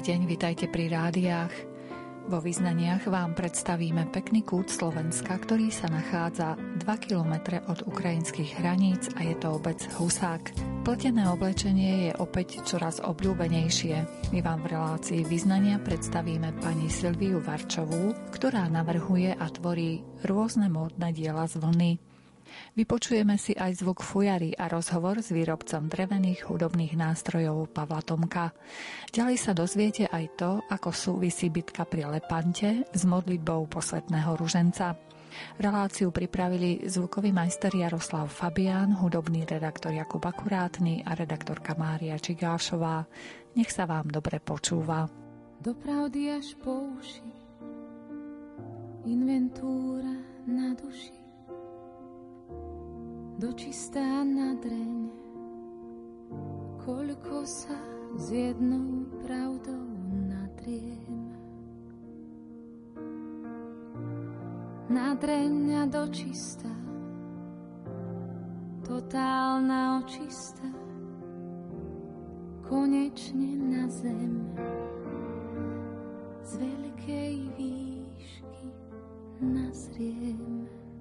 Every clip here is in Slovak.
deň, vitajte pri rádiách. Vo Vyznaniach vám predstavíme pekný kút Slovenska, ktorý sa nachádza 2 kilometre od ukrajinských hraníc a je to obec Husák. Pletené oblečenie je opäť čoraz obľúbenejšie. My vám v relácii Vyznania predstavíme pani Silviu Varčovú, ktorá navrhuje a tvorí rôzne módne diela z vlny. Vypočujeme si aj zvuk fujary a rozhovor s výrobcom drevených hudobných nástrojov Pavla Tomka. Ďalej sa dozviete aj to, ako súvisí bitka pri Lepante s modlitbou posvätného ruženca. Reláciu pripravili zvukový majster Jaroslav Fabián, hudobný redaktor Jakub Akurátny a redaktorka Mária Čigášová. Nech sa vám dobre počúva. Do pravdy až po uši, inventúra na duši, dočistá na dreň, koľko sa s jednou pravdou natriem. Na dreň a dočistá, totálna očistá, konečne na zem, z veľkej výšky nazriem.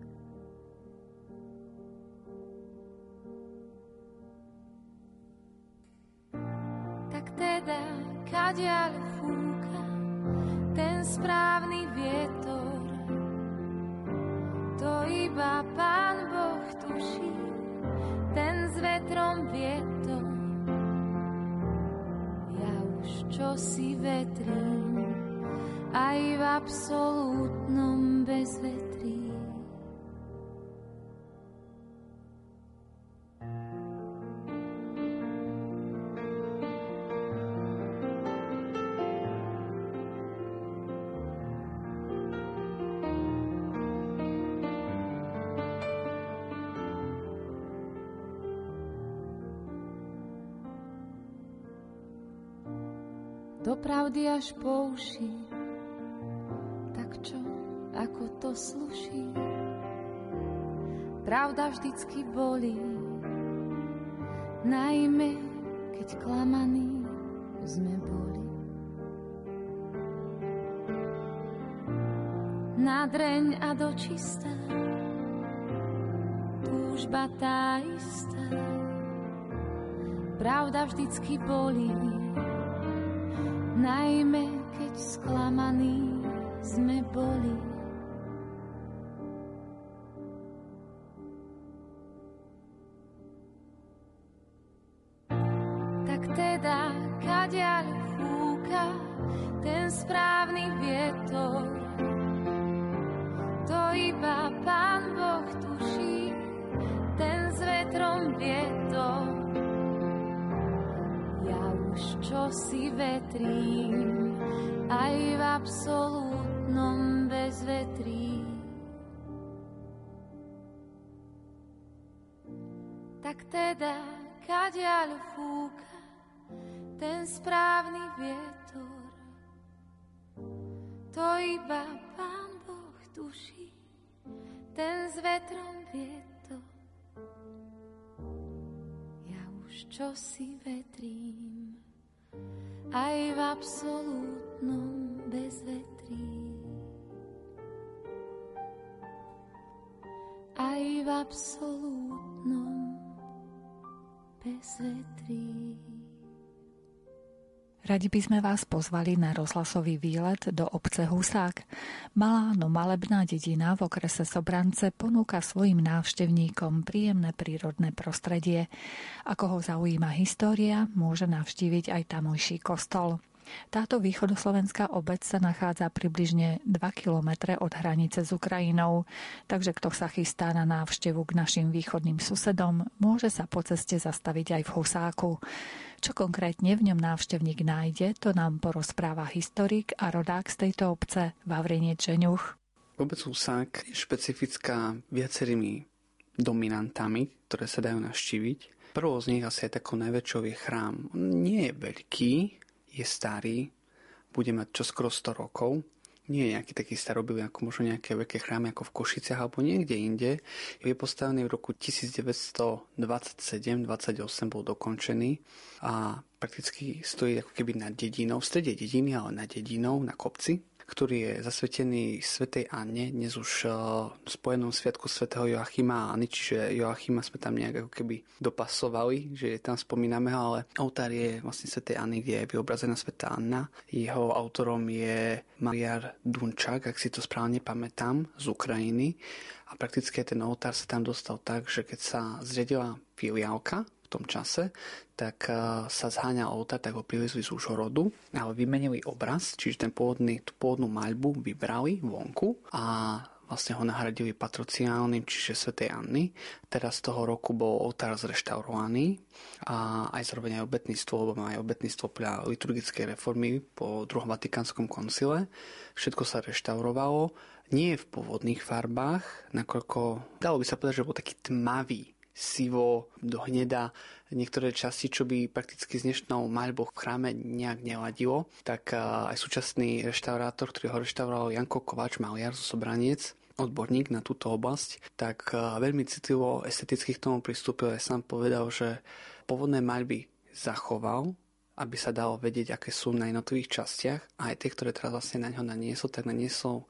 Teda, kadiaľ fúka ten správny vietor, to iba Pán Boh tuší, ten s vetrom vietor. Ja už čosi vetrím, aj v absolútnom bezvetrí. Do pravdy až po uši, tak čo, ako to sluší? Pravda vždycky bolí, najmä keď klamaní sme boli. Na dreň a dočistá, túžba tá istá, pravda vždycky bolí, najmä keď sklamaní sme boli. Tak teda, kadiaľ fúka ten správny vietor, to iba Pán Boh tuší, ten s vetrom vietor. Čosi vetrím, aj v absolútnom bezvetrí. Tak teda, kadiaľ fúka ten správny vietor, to iba Pán Boh tuší, ten s vetrom vietor. Ja už čosi vetrím, aj v absolútnom bezvetrí. Aj v absolútnom bezvetrí. Radi by sme vás pozvali na rozhlasový výlet do obce Husák. Malá, no malebná dedina v okrese Sobrance ponúka svojim návštevníkom príjemné prírodné prostredie. Ako ho zaujíma história, môže navštíviť aj tamojší kostol. Táto východoslovenská obec sa nachádza približne 2 kilometre od hranice s Ukrajinou, takže kto sa chystá na návštevu k našim východným susedom, môže sa po ceste zastaviť aj v Husáku. Čo konkrétne v ňom návštevník nájde, to nám porozpráva historik a rodák z tejto obce Vavrinec Žeňuch. Obec Husák je špecifická viacerými dominantami, ktoré sa dajú navštíviť. Prvou z nich asi aj takou najväčšou je chrám. On nie je veľký, je starý, bude mať čoskoro 100 rokov. nie je nejaký taký starobilý, ako možno nejaké veľké chrámy ako v Košiciach alebo niekde inde. Je postavený v roku 1927-28, bol dokončený a prakticky stojí ako keby nad dedinou, v strede dediny, ale nad dedinou, na kopci, ktorý je zasvetený svätej Anne, dnes už spojenom sviatku svätého Joachima a Anny, čiže Joachima sme tam nejak ako keby dopasovali, že tam spomíname ho, ale oltár je vlastne svätej Anny, kde je vyobrazená svätá Anna. Jeho autorom je Marián Dunčák, ak si to správne pamätám, z Ukrajiny. A prakticky ten oltár sa tam dostal tak, že keď sa zriedila filiálka v tom čase, tak sa zháňal oltár, tak ho privezli z Užhorodu, ale vymenili obraz, čiže tú pôvodnú maľbu vybrali vonku a vlastne ho nahradili patrociálnym, čiže svätej Anny. Teraz z toho roku bol oltár zreštaurovaný a aj zároveň aj obetníctvo, lebo má aj obetníctvo podľa liturgickej reformy po druhom Vatikánskom koncile. Všetko sa reštaurovalo. Nie v pôvodných farbách, nakoľko dalo by sa povedať, že bol taký tmavý, sivo do hneda, niektoré časti, čo by prakticky s dnešnou maľbou v chráme nejak neladilo, tak aj súčasný reštaurátor, ktorý ho reštauroval Janko Kováč, maliar zo Sobraniec, odborník na túto oblasť, tak veľmi citlivo esteticky k tomu pristúpil. Ja sám povedal, že pôvodné maľby zachoval, aby sa dalo vedieť, aké sú na jednotlivých častiach, a aj tie, ktoré teraz vlastne na ňo naniesol, tak nie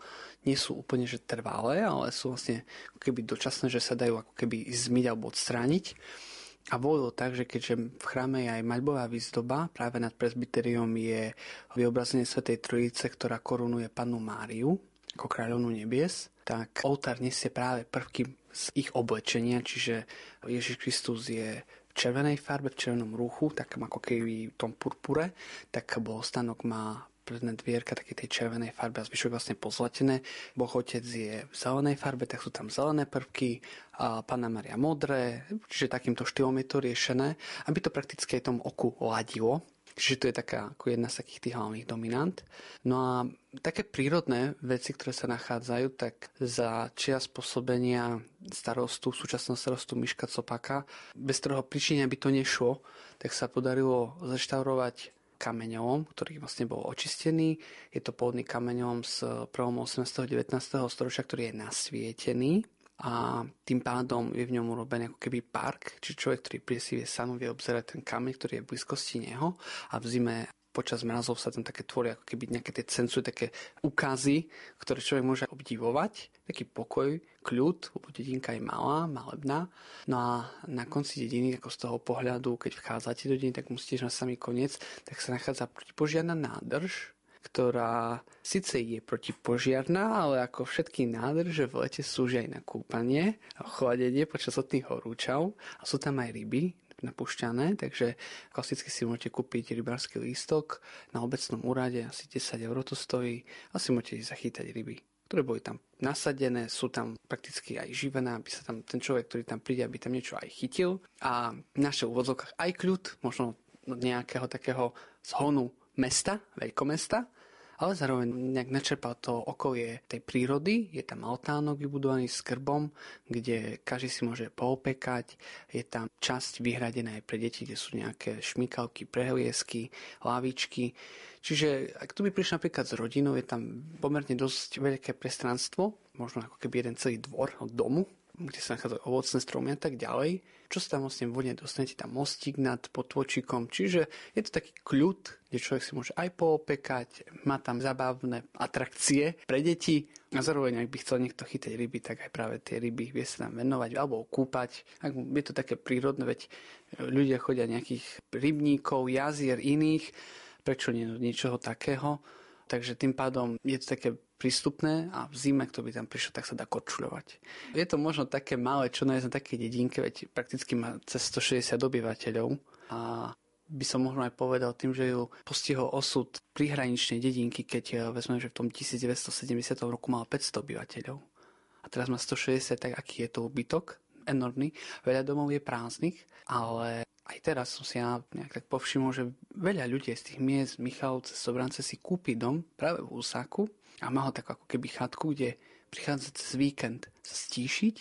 sú úplne že trvalé, ale sú vlastne ako keby dočasné, že sa dajú ako keby zmyť alebo odstrániť. A volilo tak, že keďže v chráme je aj maľbová výzdoba, práve nad presbyteriom je vyobrazenie svätej Trojice, ktorá korunuje Pannu Máriu ako kráľovnú nebies, tak oltár nesie práve prvky z ich oblečenia, čiže Ježiš Kristus je v červenej farbe, v červenom rúchu, takom ako keby v tom purpure, tak bohostánok má predné dvierka také tej červenej farbe a zvyšok vlastne pozlatené. Boh Otec je v zelenej farbe, tak sú tam zelené prvky, a Panna Mária modré, čiže takýmto štýlom je to riešené, aby to prakticky aj tomu oku ladilo. Čiže to je taká ako jedna z takých tých hlavných dominant. No a také prírodné veci, ktoré sa nachádzajú, tak za čias pôsobenia súčasného starostu Miška Copaka, bez ktorého príčiny by to nešlo, tak sa podarilo zreštaurovať kameňom, ktorý vlastne bol očistený. Je to pôvodný kameňom z prelomu 18. a 19. storočia, ktorý je nasvietený. A tým pádom je v ňom urobený ako keby park, či človek, ktorý príde si vie sám, vie obzerať ten kameň, ktorý je v blízkosti neho, a v zime počas mrazov sa tam také tvoria ako keby nejaké tie cenzury, také ukazy, ktoré človek môže obdivovať, taký pokoj, kľud, lebo dedinka je malá, malebná. No a na konci dediny, ako z toho pohľadu, keď vchádzate do dediny, tak musíte ísť na samý koniec, tak sa nachádza protipožiarna nádrž, ktorá síce je protipožiarna, ale ako všetky nádrže v lete slúžia aj na kúpanie a chladenie počas letných horúčav, a sú tam aj ryby napúšťané, takže klasicky si môžete kúpiť rybársky lístok na obecnom úrade, asi 10 € to stojí, a si môžete zachytať ryby, ktoré boli tam nasadené, sú tam prakticky aj živené, aby sa tam ten človek, ktorý tam príde, aby tam niečo aj chytil, a v našich úvodzovkách aj kľud, možno nejakého takého zhonu mesta, veľkomesta, ale zároveň nejak načerpal to okolie tej prírody. Je tam altánok vybudovaný s krbom, kde každý si môže poopekať. Je tam časť vyhradená aj pre deti, kde sú nejaké šmýkalky, prehliesky, lavičky. Čiže ak tu by prišli napríklad s rodinou, je tam pomerne dosť veľké priestranstvo, možno ako keby jeden celý dvor od domu, kde sa nachádzajú ovocné stromy a tak ďalej. Čo sa tam vlastne vodne dostanete, tam mostík nad potôčikom, čiže je to taký kľud, kde človek si môže aj poopekať, má tam zabavné atrakcie pre deti, a zároveň, ak by chcel niekto chytať ryby, tak aj práve tie ryby vie sa tam venovať alebo kúpať. Je to také prírodné, veď ľudia chodia nejakých rybníkov, jazier iných, prečo nie niečoho takého. Takže tým pádom je to také prístupné, a v zime, kto by tam prišiel, tak sa dá korčuľovať. Je to možno také malé, čo nájsť na takej dedinke, veď prakticky má cez 160 obyvateľov, a by som možno aj povedal tým, že ju postihol osud prihraničnej dedinky, keď vezmeme, že v tom 1970 roku mal 500 obyvateľov. A teraz má 160, tak aký je to úbytok? Enormný. Veľa domov je prázdnych, ale aj teraz som si ja nejak tak povšimol, že veľa ľudí z tých miest, Michalovce, Sobrance, si kúpi dom práve v Husáku a má ho tak ako keby chatku, kde prichádza cez víkend sa stíšiť,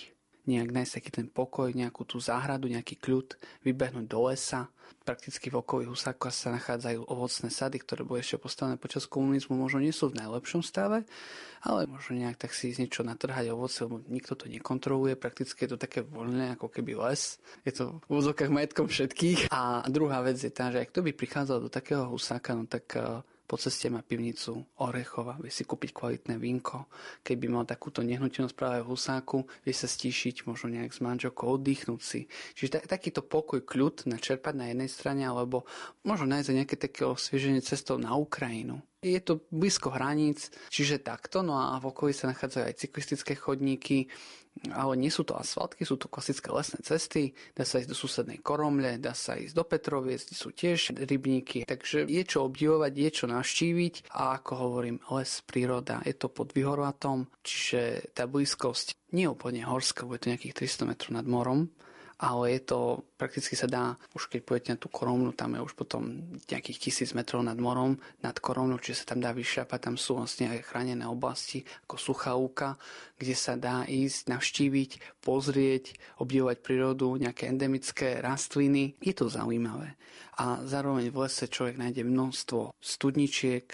nejak nájsť taký ten pokoj, nejakú tú záhradu, nejaký kľud, vybehnúť do lesa. Prakticky v okolí Husáka sa nachádzajú ovocné sady, ktoré boli ešte postavené počas komunizmu, možno nie sú v najlepšom stave, ale možno nejak tak si z niečo natrhať ovoce, lebo nikto to nekontroluje, prakticky je to také voľné, ako keby les. Je to v úvodzovkách majetkom všetkých. A druhá vec je tá, že ak to by prichádzal do takého Husáka, no tak po ceste má pivnicu Orechova, vie si kúpiť kvalitné vínko. Keby mal takúto nehnuteľnosť práve v Husáku, vie sa stíšiť, možno nejak s manželkou, oddychnúť si. Čiže takýto pokoj, kľud načerpať na jednej strane, alebo možno nájsť nejaké také osvieženie cestou na Ukrajinu. Je to blízko hraníc, čiže takto, no a v okolí sa nachádzajú aj cyklistické chodníky, ale nie sú to asfaltky, sú to klasické lesné cesty, dá sa ísť do susednej Koromle, dá sa ísť do Petroviec, kde sú tiež rybníky, takže je čo obdivovať, je čo navštíviť a ako hovorím, les, príroda, je to pod Vyhorvatom, čiže tá blízkosť nie je úplne horská, bude to nejakých 300 metrov nad morom, ale je to, prakticky sa dá, už keď pôjdete na tú Koromlu, tam je už potom nejakých 1000 metrov nad morom, nad Koromlu, čiže sa tam dá vyšľapať, tam sú vlastne aj chránené oblasti, ako Suchá Lúka, kde sa dá ísť, navštíviť, pozrieť, obdivovať prírodu, nejaké endemické rastliny. Je to zaujímavé. A zároveň v lese človek nájde množstvo studničiek,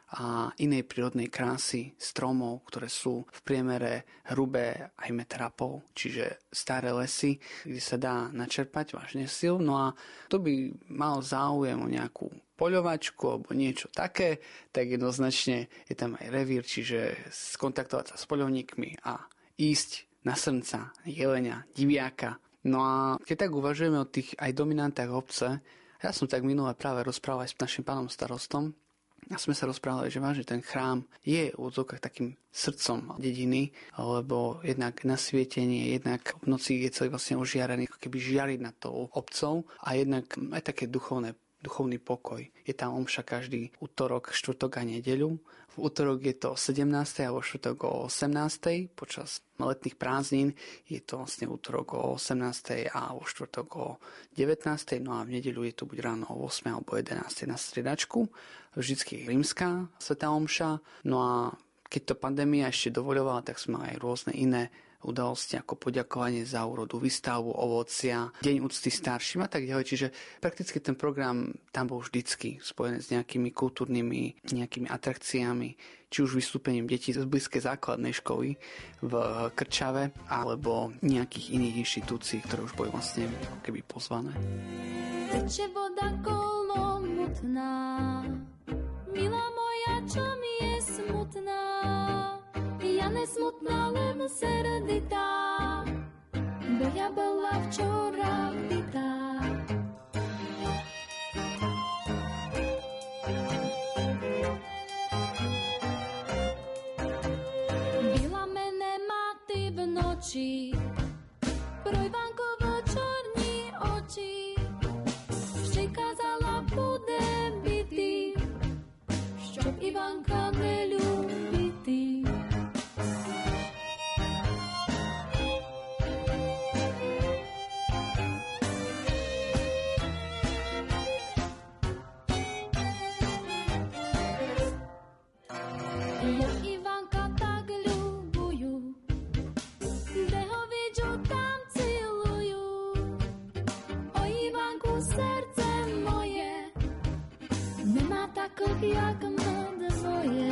a inej prírodnej krásy, stromov, ktoré sú v priemere hrubé aj 1,5 metra, čiže staré lesy, kde sa dá načerpať vážne sil. No a to by mal záujem o nejakú poľovačku alebo niečo také, tak jednoznačne je tam aj revír, čiže skontaktovať sa s poľovníkmi a ísť na srnca, jelenia, diviaka. No a keď tak uvažujeme o tých aj dominantách obce, ja som tak minule práve rozprával aj s našim pánom starostom, a sme sa rozprávali, že vážne ten chrám je v odzokách takým srdcom dediny, lebo jednak nasvietenie, jednak v noci je celý vlastne ožiarený, ako keby žiariť nad tou obcou a jednak aj také duchovný pokoj. Je tam omša každý útorok, štvrtok a nedeľu. V útorok je to o 17. a vo štvrtok o 18. Počas letných prázdnin je to vlastne útorok o 18. a vo štvrtok o 19. No a v nedeľu je to buď ráno o 8. alebo 11. na striedačku. Vždycky rímska svätá omša. No a keď to pandémia ešte dovoľovala, tak sme mali aj rôzne iné udalosti ako poďakovanie za úrodu, výstavu ovocia, deň úcty starším a tak ďalej. Čiže prakticky ten program tam bol vždycky spojený s nejakými kultúrnymi, nejakými atrakciami, či už vystúpením detí z blízkej základnej školy v Krčave alebo nejakých iných inštitúcií, ktoré už boli vlastne ako keby pozvané. Teče voda kolmo mutná, milá moja, čo mi je smutná. Ja nesmutná, len srditá, bo ja bola včera vditá. Byla mene mati v noči, pro Ivankovo čorní oči, vždy kázala bude bytý, šťop Ivanka neľúbitý. Ja Ivanka tak ľubujú, kde ho vidžu, tam cilujú. O Ivanku srdce moje nemá takok jak mladé moje.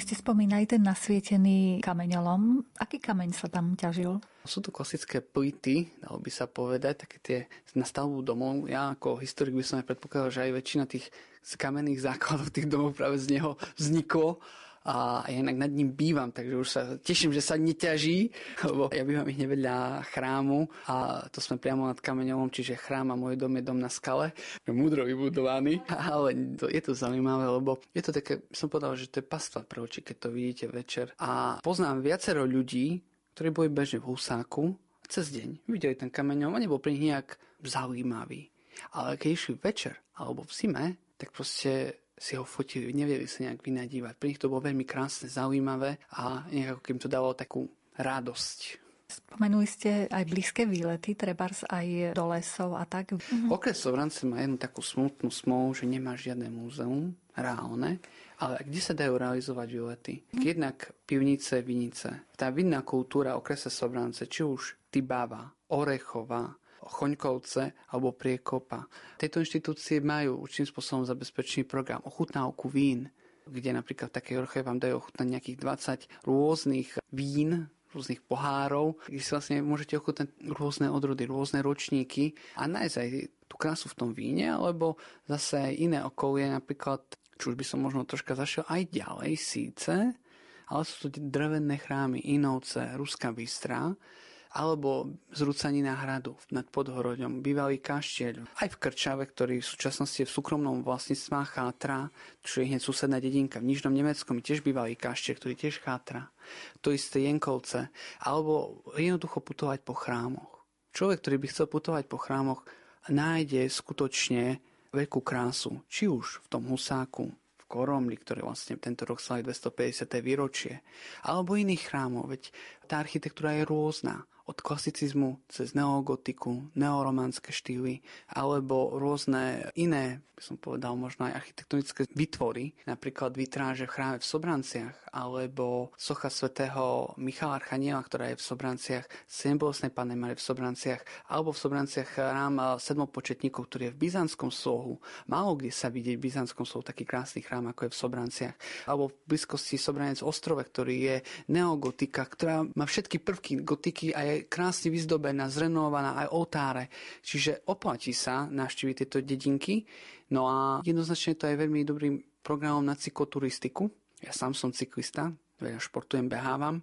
ste spomínali ten nasvietený kameňolom. Aký kameň sa tam ťažil? Sú to klasické plity, dalo by sa povedať, také tie na stavbu domov. Ja ako historik by som aj predpokladal, že aj väčšina tých kamenných základov tých domov práve z neho vzniklo. A ja inak nad ním bývam, takže už sa teším, že sa neťaží, lebo ja bývam ich nevedľa chrámu a to sme priamo nad kameňom, čiže chrám a môj dom je dom na skale, múdro vybudovaný, ale je to zaujímavé, lebo je to také, som povedal, že to je pastva pre oči, keď to vidíte večer. A poznám viacero ľudí, ktorí boli bežne v Husáku cez deň, videli ten kameňom a nebol pri nich nejak zaujímavý. Ale keď išli večer alebo v zime, tak proste si ho fotili, nevedeli sa nejak vynadívať. Pri nich to bolo veľmi krásne, zaujímavé a nejako kým to dávalo takú radosť. Spomenuli ste aj blízke výlety, trebárs aj do lesov a tak. Okres Sobrance má jednu takú smutnú smolu, že nemá žiadne múzeum reálne, ale kde sa dajú realizovať výlety? Jednak pivnice, vinice. Tá vinná kultúra okrese Sobrance, či už Tybava, Orechova, Choňkovce alebo Priekopa. Tieto inštitúcie majú určitým spôsobom zabezpečený program ochutnávku vín, kde napríklad v takej Orechove vám dajú ochutnať nejakých 20 rôznych vín, rôznych pohárov, kde si vlastne môžete ochutnať rôzne odrody, rôzne ročníky a nájsť aj tú krásu v tom víne, alebo zase aj iné okolie, napríklad, čo už by som možno troška zašiel aj ďalej síce, ale sú to drevené chrámy Inovce, Ruská Bystrá, alebo Zrúcanina hradu nad Podhorodom, bývalý kaštieľ. Aj v Krčave, ktorý v súčasnosti je v súkromnom vlastníctve chátra, čo je hneď susedná dedinka. V Nižnom Nemeckom je tiež bývalý kaštieľ, ktorý tiež chátra. To isté Jenkovce. Alebo jednoducho putovať po chrámoch. Človek, ktorý by chcel putovať po chrámoch, nájde skutočne veľkú krásu. Či už v tom Husáku, v Koromli, ktoré vlastne tento rok slaví 250. výročie, alebo iných chrámov. Veď tá architektúra je rôzna. Od klasicizmu cez neogotiku, neorománske štýly, alebo rôzne iné, by som povedal, možno aj architektonické vytvory, napríklad vitráže v chráme v Sobranciach, alebo socha svätého Michala Archaniela, ktorá je v Sobranciach, Sedembolestnej Panny Márie v Sobranciach, alebo v Sobranciach chrám sedmopočetníkov, ktorý je v Byzantskom slohu. Málo kde sa vidieť v Byzantskom slohu taký krásny chrám, ako je v Sobranciach. Alebo v blízkosti Sobranec Ostrove, ktorý je neogotika, ktorá má všetky prvky gotiky a je krásne vyzdobená, zrenovovaná aj oltáre. Čiže oplatí sa navštíviť tieto dedinky. No a jednoznačne to je veľmi dobrým programom na cykloturistiku. Ja sám som cyklista, veľa športujem, behávam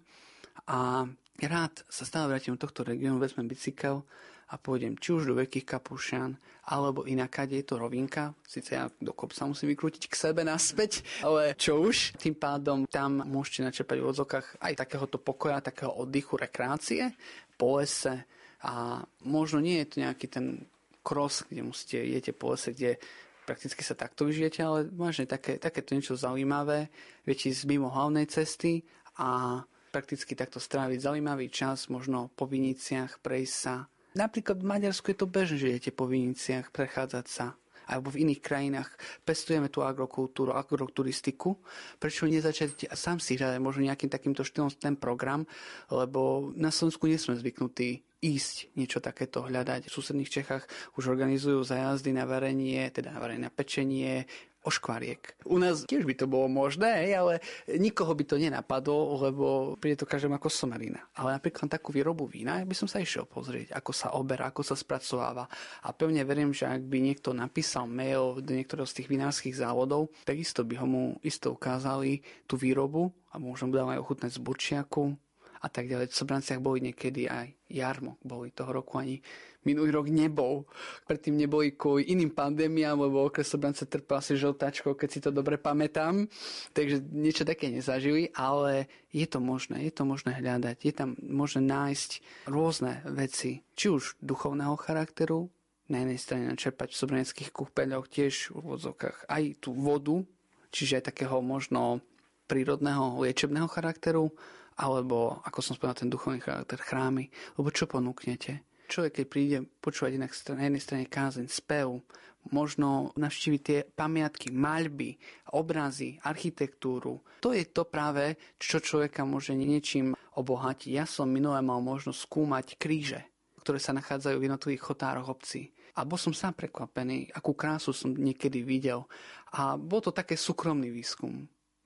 a rád sa stále vrátim do tohto regiónu, vezmem bicykel a pôjdem či už do Veľkých Kapušťan, alebo inakade je to rovinka. Sice ja do kopca musím vykrútiť k sebe naspäť, ale čo už. Tým pádom tam môžete načerpať v odzokách aj takéhoto pokoja, takého oddychu, rekreácie po lese. A možno nie je to nejaký ten cross, kde idete po lese, kde prakticky sa takto vyžijete, ale vážne takéto niečo zaujímavé. Viete ísť mimo hlavnej cesty a prakticky takto stráviť zaujímavý čas, možno po viniciach prejsť sa. Napríklad v Maďarsku je to bežné, že idete po viniciach prechádzať sa. Alebo v iných krajinách pestujeme tú agrokultúru, agroturistiku. Prečo nezačať sám si hľadať možno nejakým takýmto štýlom ten program, lebo na Slovensku nie sme zvyknutí ísť niečo takéto hľadať. V susedných Čechách už organizujú zájazdy na varenie, teda na varenie na pečenie, oškvariek. U nás tiež by to bolo možné, ale nikoho by to nenapadlo, lebo príde to každému ako somarina. Ale napríklad takú výrobu vína by som sa išiel pozrieť, ako sa oberá, ako sa spracováva. A pevne verím, že ak by niekto napísal mail do niektorého z tých vinárskych závodov, tak isto by ho mu isto ukázali tú výrobu a možno by dali aj ochutnať z burčiaku a tak ďalej. V Sobranciach boli niekedy aj jarmok, boli toho roku ani minulý rok nebol. Predtým neboli kvôli iným pandémiám, lebo okres Sobrance trpel asi žltačkou, keď si to dobre pamätám. Takže niečo také nezažili, ale je to možné hľadať, je tam možné nájsť rôzne veci, či už duchovného charakteru, na jednej strane načerpať v sobraneckých kúpeľoch tiež v úvodzovkách aj tú vodu, čiže aj takého možno prírodného liečebného charakteru, alebo, ako som spomenul, ten duchovný charakter, chrámy. Lebo čo ponúknete? Človek, keď príde počúvať na jednej strane kázeň, spev, možno navštíviť tie pamiatky, maľby, obrazy, architektúru. To je to práve, čo človeka môže niečím obohatiť. Ja som minule mal možnosť skúmať kríže, ktoré sa nachádzajú v jednotlivých chotároch obcí. A bol som sám prekvapený, akú krásu som niekedy videl. A bol to také súkromný výskum.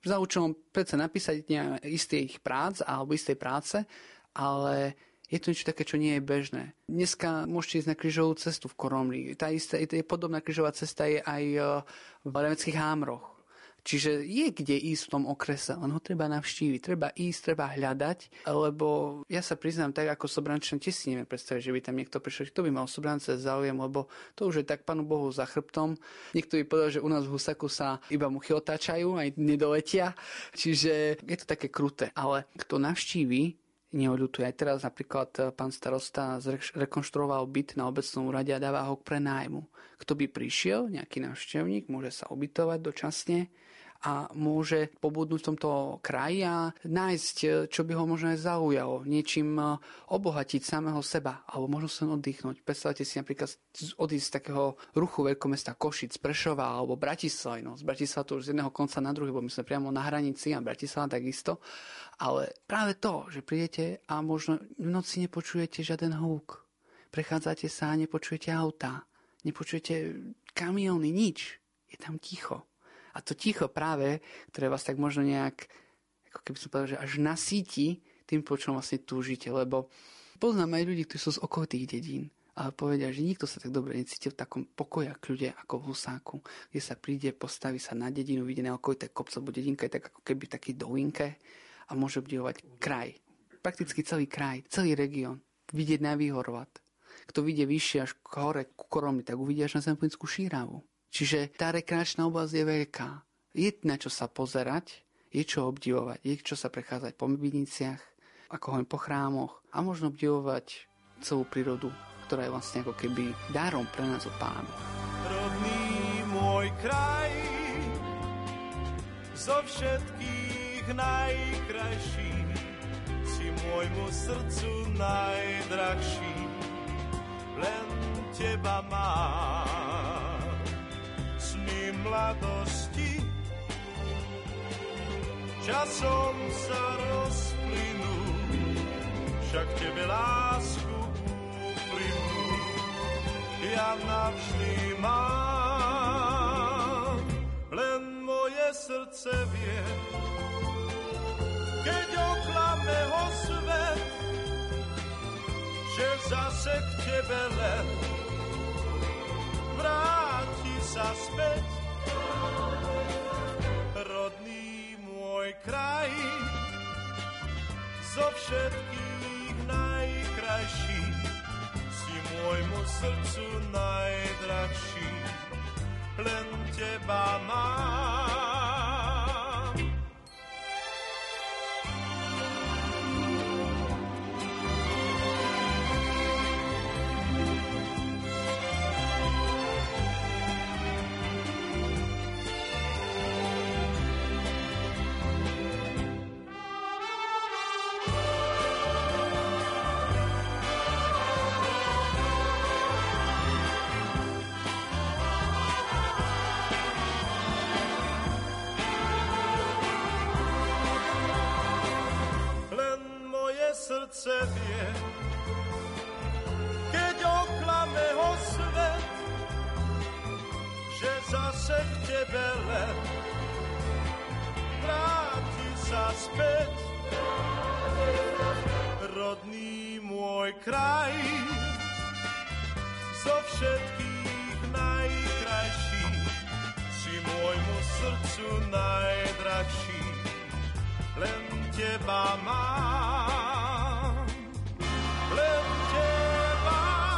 za účelom predsa napísať istých prác alebo istej práce, ale je to niečo také, čo nie je bežné. Dneska môžete ísť na krížovú cestu v Koromli. Tá istá, podobná krížová cesta je aj v Remeckých Hámroch. Čiže je kde ísť v tom okrese, len ho treba navštíviť, treba ísť, treba hľadať, lebo ja sa priznám, tak ako Sobrančan, tiež si neviem predstaviť, že by tam niekto prišiel, kto by mal Sobrance záujem, lebo to už je tak Pánu Bohu za chrbtom. Niekto by povedal, že u nás v Husaku sa iba muchy otáčajú, aj nedoletia, čiže je to také kruté, ale kto navštíví, neodľutuje. Aj teraz napríklad pán starosta rekonštruoval byt na obecnom úrade a dáva ho k prenájmu. Kto by prišiel, nejaký návštevník, môže sa ubytovať dočasne a môže pobudnúť v tomto kraji a nájsť, čo by ho možno aj zaujalo, niečím obohatiť samého seba, alebo možno sa oddychnúť. Predstavte si napríklad odísť z takého ruchu veľkomesta Košic, Prešova alebo Bratislavy. No, z Bratislava to už z jedného konca na druhý, bo my sme priamo na hranici a Bratislava takisto. Ale práve to, že prídete a možno v noci nepočujete žiaden húk. Prechádzate sa a nepočujete autá, nepočujete kamióny, nič. Je tam ticho. A to ticho práve, ktoré vás tak možno nejak, ako keby som povedal, že až nasíti tým, po čom vlastne túžite. Lebo poznám aj ľudí, ktorí sú z okolitých dedín, ale povedia, že nikto sa tak dobre necíti v takom pokoji a kľude ako v Husáku, kde sa príde, postaví sa na dedinu, vidie na okolité kopce, lebo dedinka je tak ako keby taký dolinke a môže obdivovať kraj. Prakticky celý kraj, celý región. Vidieť na Výhorvat. Kto vidie vyššie až hore ku Koromli, tak uvidia až na Zemplínsku Šíravu. Čiže tá rekreačná oblasť je veľká. Je na čo sa pozerať, je čo obdivovať, je čo sa prechádzať po Bybiniciach, ako hovorím, po chrámoch a možno obdivovať celú prírodu, ktorá je vlastne ako keby dárom pre nás od Pána. Rodný môj kraj, zo všetkých najkrajší, si môjmu srdcu najdrahší, len teba mám. Mladosti časom sa rozplynú, však tebe lásku úprimnú ja navždy mám. Len moje srdce vie, keď oklame ho svet, že zase k tebe len vráti sa späť. Rodný môj kraj, zo všetkých najkrajší, si môjmu srdcu najdrahší, len teba mám. Srdce vie, keď oklame ho svet, že zase k tebe len vráti sa späť. Rodný môj kraj, zo všetkých najkrajší, si môjmu srdcu najdrahší, len teba mám. Len teba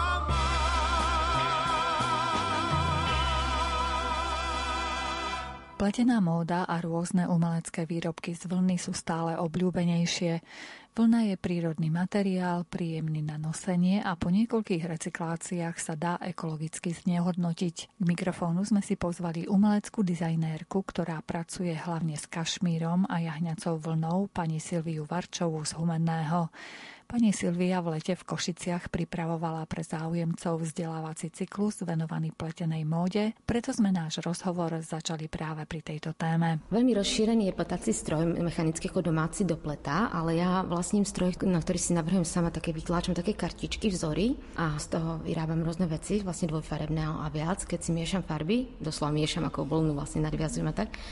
mám. Pletená móda a rôzne umelecké výrobky z vlny sú stále obľúbenejšie. Vlna je prírodný materiál, príjemný na nosenie a po niekoľkých recykláciách sa dá ekologicky znehodnotiť. K mikrofónu sme si pozvali umeleckú dizajnérku, ktorá pracuje hlavne s kašmírom a jahňacou vlnou, pani Silviu Varčovú z Humenného. Pani Silvia v lete v Košiciach pripravovala pre záujemcov vzdelávací cyklus venovaný pletenej móde, preto sme náš rozhovor začali práve pri tejto téme. Veľmi rozšírený je pletací stroj mechanický ako domáci do pleta, ale ja vlastním stroj, na ktorý si navrhujem sama, také vytláčam také kartičky, vzory a z toho vyrábam rôzne veci, vlastne dvojfarebného a viac. Keď si miešam farby, doslova miešam ako vlnu, vlastne nadviazujem a tak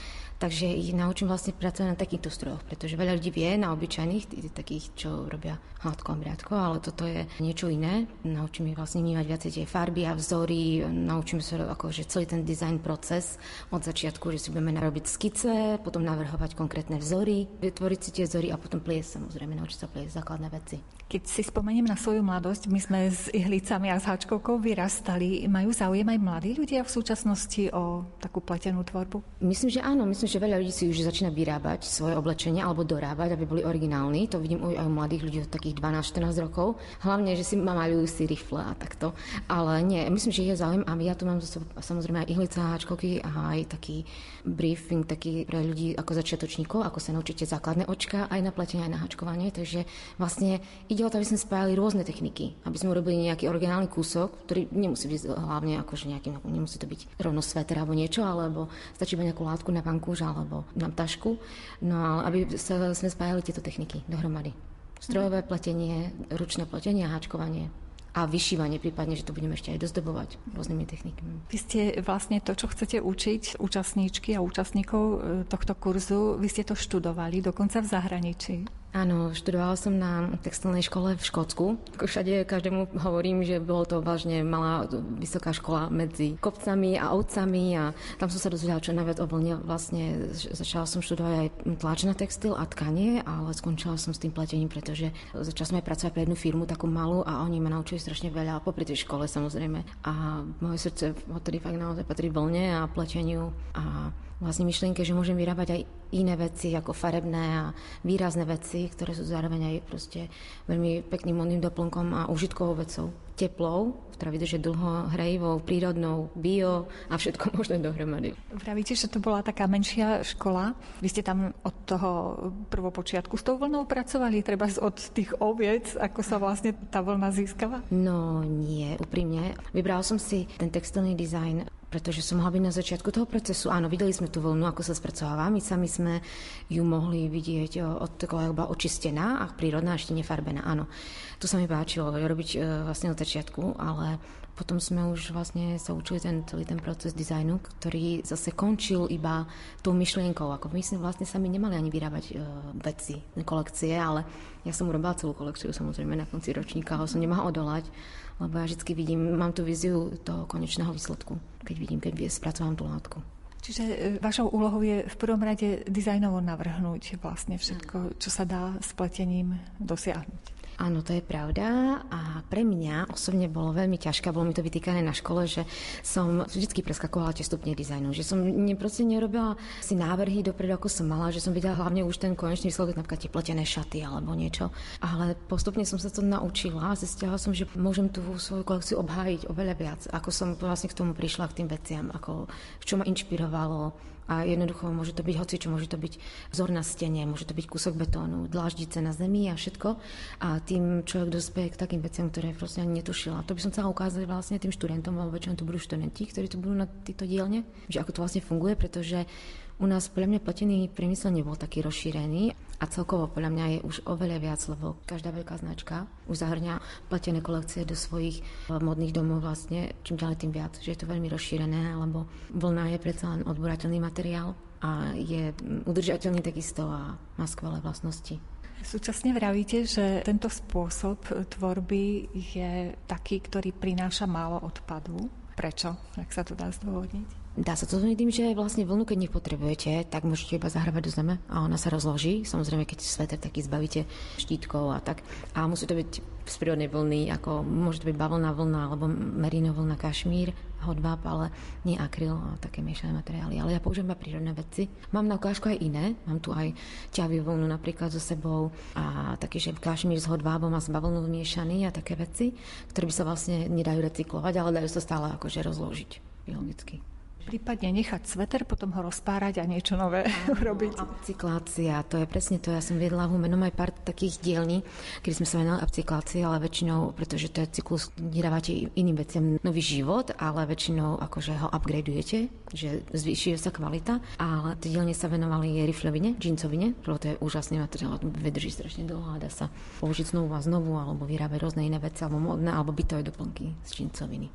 Takže ich naučím vlastne pracovať na takýchto strojoch, pretože veľa ľudí vie na obyčajných, takých, čo robia hladko a briadko, ale toto je niečo iné. Naučím ich vlastne vnímať viacej tie farby a vzory, naučím sa akože celý ten design proces od začiatku, že si budeme narobiť skice, potom navrhovať konkrétne vzory, vytvoriť si tie vzory a potom pliesť, samozrejme, naučiť sa pliesť základné veci. Keď si spomeniem na svoju mladosť, my sme s ihlicami a s háčkovkou vyrastali. Majú záujem aj mladí ľudia v súčasnosti o takú pletenú tvorbu? Myslím, že áno. Myslím, že veľa ľudí si už začína vyrábať svoje oblečenie alebo dorábať, aby boli originálni. To vidím aj u mladých ľudí od takých 12-14 rokov. Hlavne, že si maľujú si rifle a takto. Ale nie, myslím, že je záujem a ja tu mám samozrejme aj ihlica, háčkovky a aj taký briefing taký pre ľudí ako začiatočníkov, ako sa naučíte základné očka aj na pletenie, aj na háčkovanie. Takže vlastne ide o to, aby sme spájali rôzne techniky, aby sme urobili nejaký originálny kúsok, ktorý nemusí byť hlavne akože nejaký, nemusí to byť rovno sveter alebo niečo, alebo stačí iba nejakú látku na vankúš alebo na tašku. No ale aby sme spájali tieto techniky dohromady. Strojové pletenie, ručné pletenie a háčkovanie. A vyšívanie prípadne, že to budeme ešte aj dozdobovať rôznymi technikami. Vy ste vlastne to, čo chcete učiť účastníčky a účastníkov tohto kurzu, vy ste to študovali dokonca v zahraničí. Áno, študovala som na textilnej škole v Škótsku. Všade každému hovorím, že bolo to vážne malá vysoká škola medzi kopcami a ovcami a tam som sa dozvedela čo najviac o vlne. Vlastne začala som študovať aj tlač na textil a tkanie, ale skončila som s tým pletením, pretože začala som aj pracovať pre jednu firmu, takú malú, a oni ma naučili strašne veľa, popri tej škole samozrejme. A moje srdce odtedy fakt naozaj patrí vlne a pleteniu a vlastne myšlienke, že môžem vyrábať aj iné veci, ako farebné a výrazné veci, ktoré sú zároveň aj proste veľmi pekným modným doplnkom a užitkovou vecou. Teplou, ktorá vydrží dlho, hrejivou, prírodnou, bio a všetko možné dohromady. Vravíte, že to bola taká menšia škola. Vy ste tam od toho prvopočiatku s tou vlnou pracovali? Treba od tých oviec, ako sa vlastne tá vlna získava? No nie, úprimne. Vybrala som si ten textilný dizajn, pretože som mohla byť na začiatku toho procesu. Áno, videli sme tú vlnu, ako sa spracováva. My sami sme ju mohli vidieť od toho, ako bola očistená a prírodná, ešte nefarbená. Áno, to sa mi páčilo robiť vlastne od začiatku, ale potom sme už vlastne sa učili celý ten proces dizajnu, ktorý zase končil iba tou myšlienkou. Ako my sme vlastne sami nemali ani vyrábať veci, kolekcie, ale ja som urobila celú kolekciu samozrejme na konci ročníka, ale som nemohla odolať, lebo ja vždycky vidím, mám tú víziu toho konečného výsledku, keď spracovávam tú látku. Čiže vašou úlohou je v prvom rade dizajnovo navrhnúť vlastne všetko, čo sa dá s pletením dosiahnuť. Áno, to je pravda a pre mňa osobne bolo veľmi ťažké, bolo mi to vytýkané na škole, že som vždycky preskakovala tie stupne dizajnu, že som proste nerobila si návrhy dopredu, ako som mala, že som videla hlavne už ten konečný výsledok, napríklad tie pletené šaty alebo niečo, ale postupne som sa to naučila a zistila som, že môžem tú svoju kolekciu obhájiť oveľa viac, ako som vlastne k tomu prišla, k tým veciam, ako čo ma inšpirovalo. A jednoducho môže to byť hocičo, môže to byť vzor na stene, môže to byť kúsok betónu, dláždice na zemi a všetko. A tým človek dospeje k takým veciam, ktoré proste ani netušila. To by som chcela ukázať vlastne tým študentom, alebo väčšinou to budú študenti, ktorí tu budú na týchto dielne, že ako to vlastne funguje, pretože u nás podľa mňa pletený priemysel nebol taký rozšírený a celkovo podľa mňa je už oveľa viac, lebo každá veľká značka už zahrňa pletené kolekcie do svojich modných domov vlastne, čím ďalej tým viac, že je to veľmi rozšírené, lebo vlna je predsa len odborateľný materiál a je udržateľný takisto a má skvelé vlastnosti. Súčasne vravíte, že tento spôsob tvorby je taký, ktorý prináša málo odpadu. Prečo? Ak sa to dá zdôvodniť? Dá sa to zmeniť tým, že vlastne vlnu, keď nepotrebujete, tak môžete iba zahrávať do zeme a ona sa rozloží. Samozrejme, keď sveter taký zbavíte štítkov a tak. A musí to byť z prírodnej vlny, ako môže to byť bavlná vlna alebo merino vlna, kašmír, hodváb, ale nie akryl a také miešané materiály. Ale ja použijem iba prírodné veci. Mám na ukážku aj iné. Mám tu aj ťavy vlnu napríklad so sebou a taký, že kašmír s hodvábom a s bavlnou miešaný a také veci, ktoré by sa vlastne nedajú recyklovať, ale dajú sa stále akože rozložiť biologicky. Prípadne nechať sveter, potom ho rozpárať a niečo nové urobiť. Upcyklácia, to je presne to. Ja som viedla v Humennom aj pár takých dielní, kedy sme sa venovali upcyklácii, ale väčšinou, pretože to je cyklus, kde dávate iným veciam nový život, ale väčšinou akože ho upgradeujete, že zvýšuje sa kvalita. Ale tie dielne sa venovali rifľovine, džínsovine, lebo to je úžasný materiál, vydrží strašne dlho a dá sa použiť znovu a znovu, alebo vyrábať rôzne iné veci, alebo modné, alebo bytové doplnky z džínsoviny.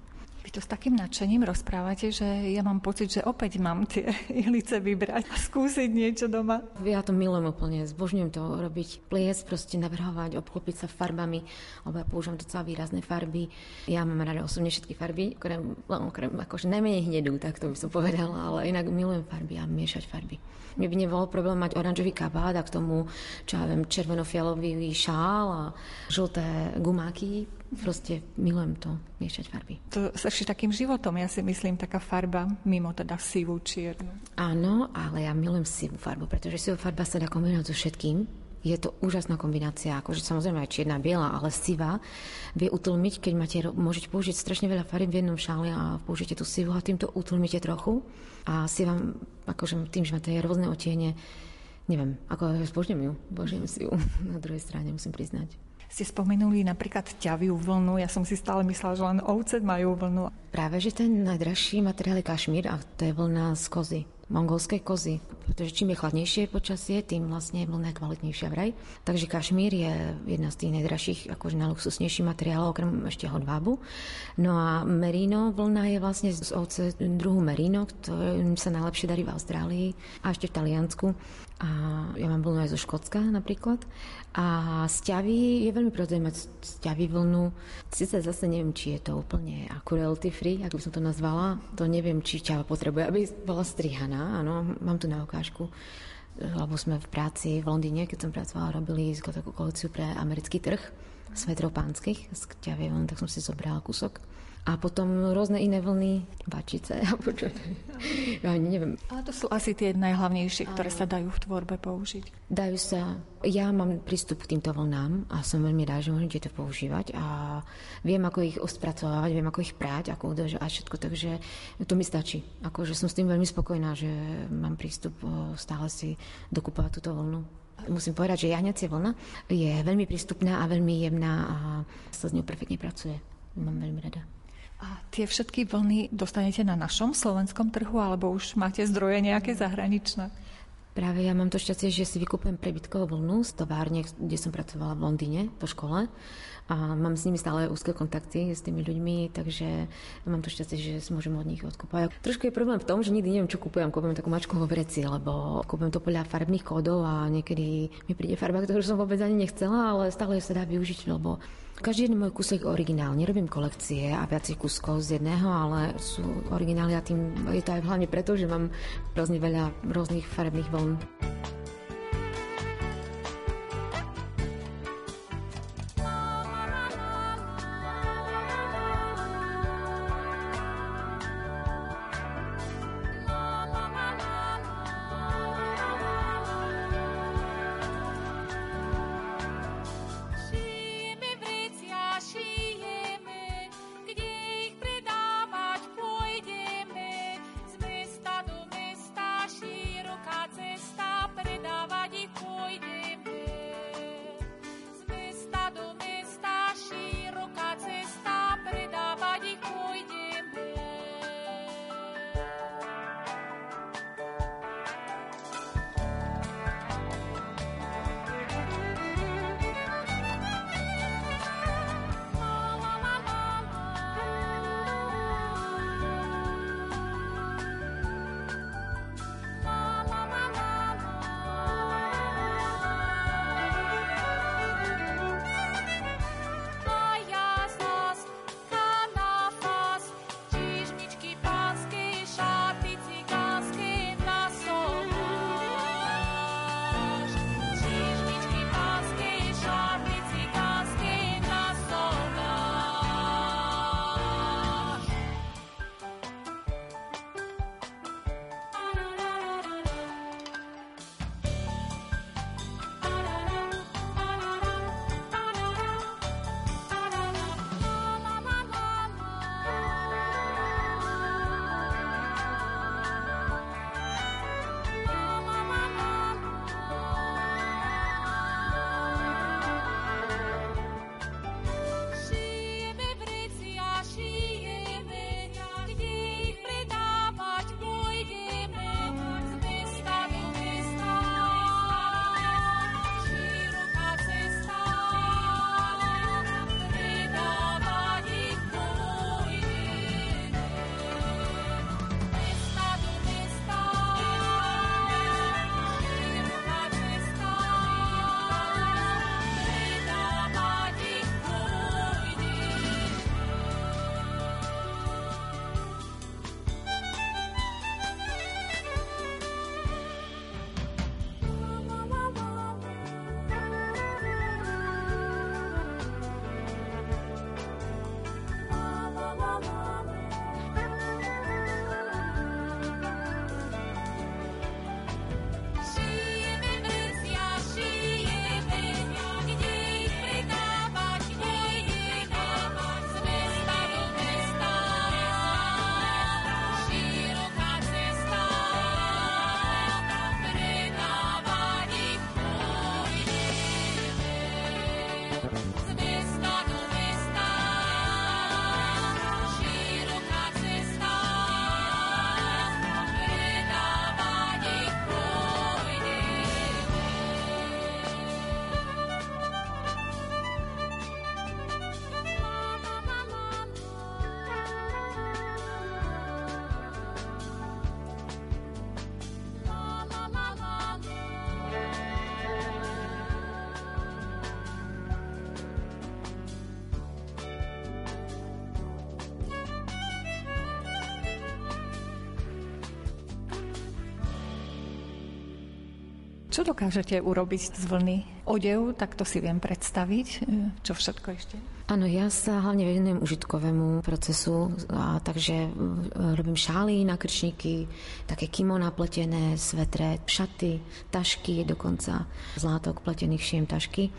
Vy to s takým nadšením rozprávate, že ja mám pocit, že opäť mám tie ihlice vybrať a skúsiť niečo doma. Ja to milujem úplne, zbožňujem to robiť, pliesť, proste navrhovať, obklopiť sa farbami, lebo ja používam docela výrazné farby. Ja mám rada osobne všetky farby, okrem akože najmenej hnedú, tak to by som povedala, ale inak milujem farby a miešať farby. Mne by nebolo problém mať oranžový kabát a k tomu, čo ja viem, červeno-fialový šál a žlté gumáky. Proste milujem to, miešať farby. To srší takým životom, ja si myslím, taká farba, mimo teda sivú, čiernu. Áno, ale ja milujem sivú farbu, pretože sivá farba sa dá kombinovať so všetkým. Je to úžasná kombinácia, akože samozrejme aj čierna, biela, ale sivá vie utlmiť, keď môžete použiť strašne veľa farieb v jednom šáli a použijete tú sivú a týmto utlmíte trochu. A siva, akože tým, že má tie rôzne otiene, neviem, ako zbožňujem sivu na druhej strane, musím priznať. Ste spomenuli napríklad ťaviu vlnu, ja som si stále myslela, že len ovce majú vlnu. Práve, že ten najdražší materiál je kašmír a to je vlna z kozy, mongolskej kozy. Pretože čím je chladnejšie počasie, tým vlastne vlna je kvalitnejšia vraj. Takže kašmír je jedna z tých najdražších, akože najluxusnejších materiálov, okrem ešte hodvábu. No a merino vlna je vlastne z ovce druhu merino, ktorým sa najlepšie darí v Austrálii a ešte v Taliansku. A ja mám vlnu aj zo Škótska napríklad. A z ťavy je veľmi proste mať z ťavy vlnu. Sice zase neviem, či je to úplne cruelty free, ako by som to nazvala. To neviem, či ťava potrebuje, aby bola strihaná. Áno, mám tu na ukážku. Lebo sme v práci v Londýne, keď som pracovala, robili takú kolekciu pre americký trh svetrov pánskych z ťavy vlny, tak som si zobrala kúsok. A potom rôzne iné vlny, bačice a počo. Ja neviem. Ale to sú asi tie najhlavnejšie, ktoré sa dajú v tvorbe použiť. Dajú sa. Ja mám prístup k týmto vlnám a som veľmi rád, že môžete to používať a viem, ako ich ospracovávať, viem, ako ich prať, ako udržať a všetko, takže to mi stačí. Akože som s tým veľmi spokojná, že mám prístup stále si dokupovať túto vlnu. Musím povedať, že jahňacia vlna je veľmi prístupná a veľmi jemná a sa s ňou perfektne pracuje. Mám veľmi rada. A tie všetky vlny dostanete na našom slovenskom trhu, alebo už máte zdroje nejaké zahraničné? Práve ja mám to šťastie, že si vykúpem prebytkovú vlnu z továrne, kde som pracovala v Londýne po škole. A mám s nimi stále úzke kontakty s tými ľuďmi, takže mám to šťastie, že si môžem od nich odkúpať. Trošku je problém v tom, že nikdy neviem, čo kúpujem. Kúpujem takú mačku vo vreci, lebo kúpujem to podľa farbných kódov a niekedy mi príde farba, ktorú som vôbec ani nechcela, ale stále sa dá využiť, lebo každý jeden môj kúsok je originál. Nerobím kolekcie a viacej kúskov z jedného, ale sú originály a tým je to aj hlavne preto, že mám rôzne veľa rôznych farebných vln. Cesta Čo dokážete urobiť z vlny? Odev, tak to si viem predstaviť. Čo všetko ešte? Áno, ja sa hlavne venujem užitkovému procesu, takže robím šály, nakrčníky, také kimona pletené, svetre, šaty, tašky, dokonca z látok pletených šijem tašky.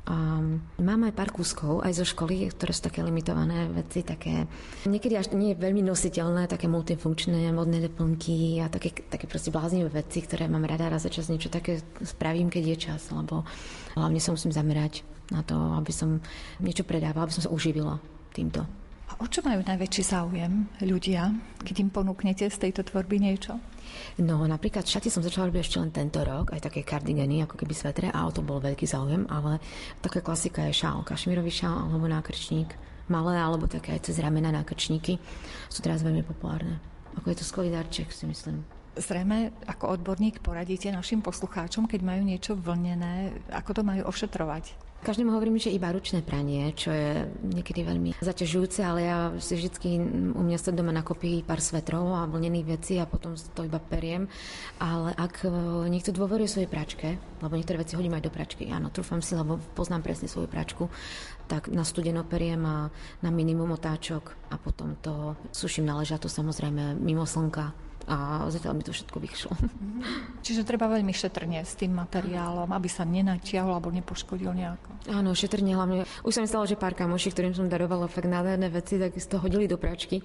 Mám aj pár kúskov, aj zo školy, ktoré sú také limitované veci, také niekedy až nie veľmi nositeľné, také multifunkčné modné doplnky a také proste bláznivé veci, ktoré mám rada, raz za čas niečo také spravím, keď je čas, lebo hlavne sa musím zamerať na to, aby som niečo predávala, aby som sa uživila týmto. A o čo majú najväčší záujem ľudia, keď im ponúknete z tejto tvorby niečo? No napríklad šaty som začala robiť ešte len tento rok, aj také kardigany, ako keby svetre, a o to bol veľký záujem, ale taká klasika je šál, kašmírový šál alebo nákrčník, malé alebo také aj cez ramena nákrčníky sú teraz veľmi populárne. Ako je to skvelý darček, si myslím. Zrejme ako odborník poradíte našim poslucháčom, keď majú niečo vlnené, ako to majú ošetrovať? Každému hovorím, že iba ručné pranie, čo je niekedy veľmi zaťažujúce, ale ja si vždycky u mňa sa doma nakopí pár svetrov a vlnených vecí a potom to iba periem. Ale ak niekto dôveruje svojej pračke, lebo niektoré veci hodím aj do pračky, áno, trúfam si, lebo poznám presne svoju pračku, tak na studeno periem a na minimum otáčok a potom to suším na ležatu, samozrejme mimo slnka. A zatiaľ mi to všetko vyšlo. Čiže treba veľmi šetrne s tým materiálom, aby sa nenatiahol alebo nepoškodil nejako. Áno, šetrne hlavne. Už sa mi stalo, že pár kamoši, ktorým som darovala fakt nádherné veci, tak si to hodili do pračky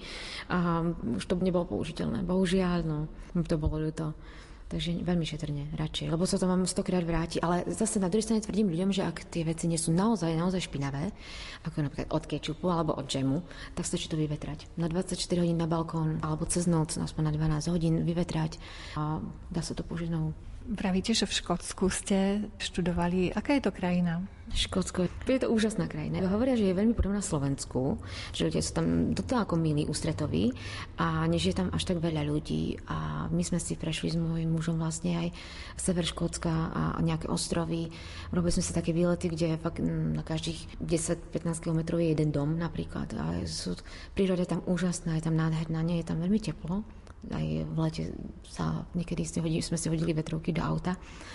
a už to nebolo použiteľné. Bohužiaľ, no, to bolo ľúto. Takže veľmi šetrne, radšej, lebo sa to vám 100-krát vráti. Ale zase na druhej strane tvrdím ľuďom, že ak tie veci nie sú naozaj špinavé, ako napríklad od kečupu alebo od džemu, tak stačí to vyvetrať. Na 24 hodín na balkón alebo cez noc, aspoň na 12 hodín vyvetrať a dá sa to použiť znovu. Pravíte, že v Škótsku ste študovali. Aká je to krajina? Škótsko je to úžasná krajina. Hovoria, že je veľmi podobná Slovensku, že ľudia sú tam dotýľ ako milí, ústretoví a než je tam až tak veľa ľudí. A my sme si prešli s môjim mužom vlastne aj sever Škótska a nejaké ostrovy. Robili sme si také výlety, kde fakt na každých 10-15 km je jeden dom napríklad. A príroda je tam úžasná, je tam nádherná, nie je tam veľmi teplo. Aj v lete sa niekedy sme si hodili vetrovky do auta,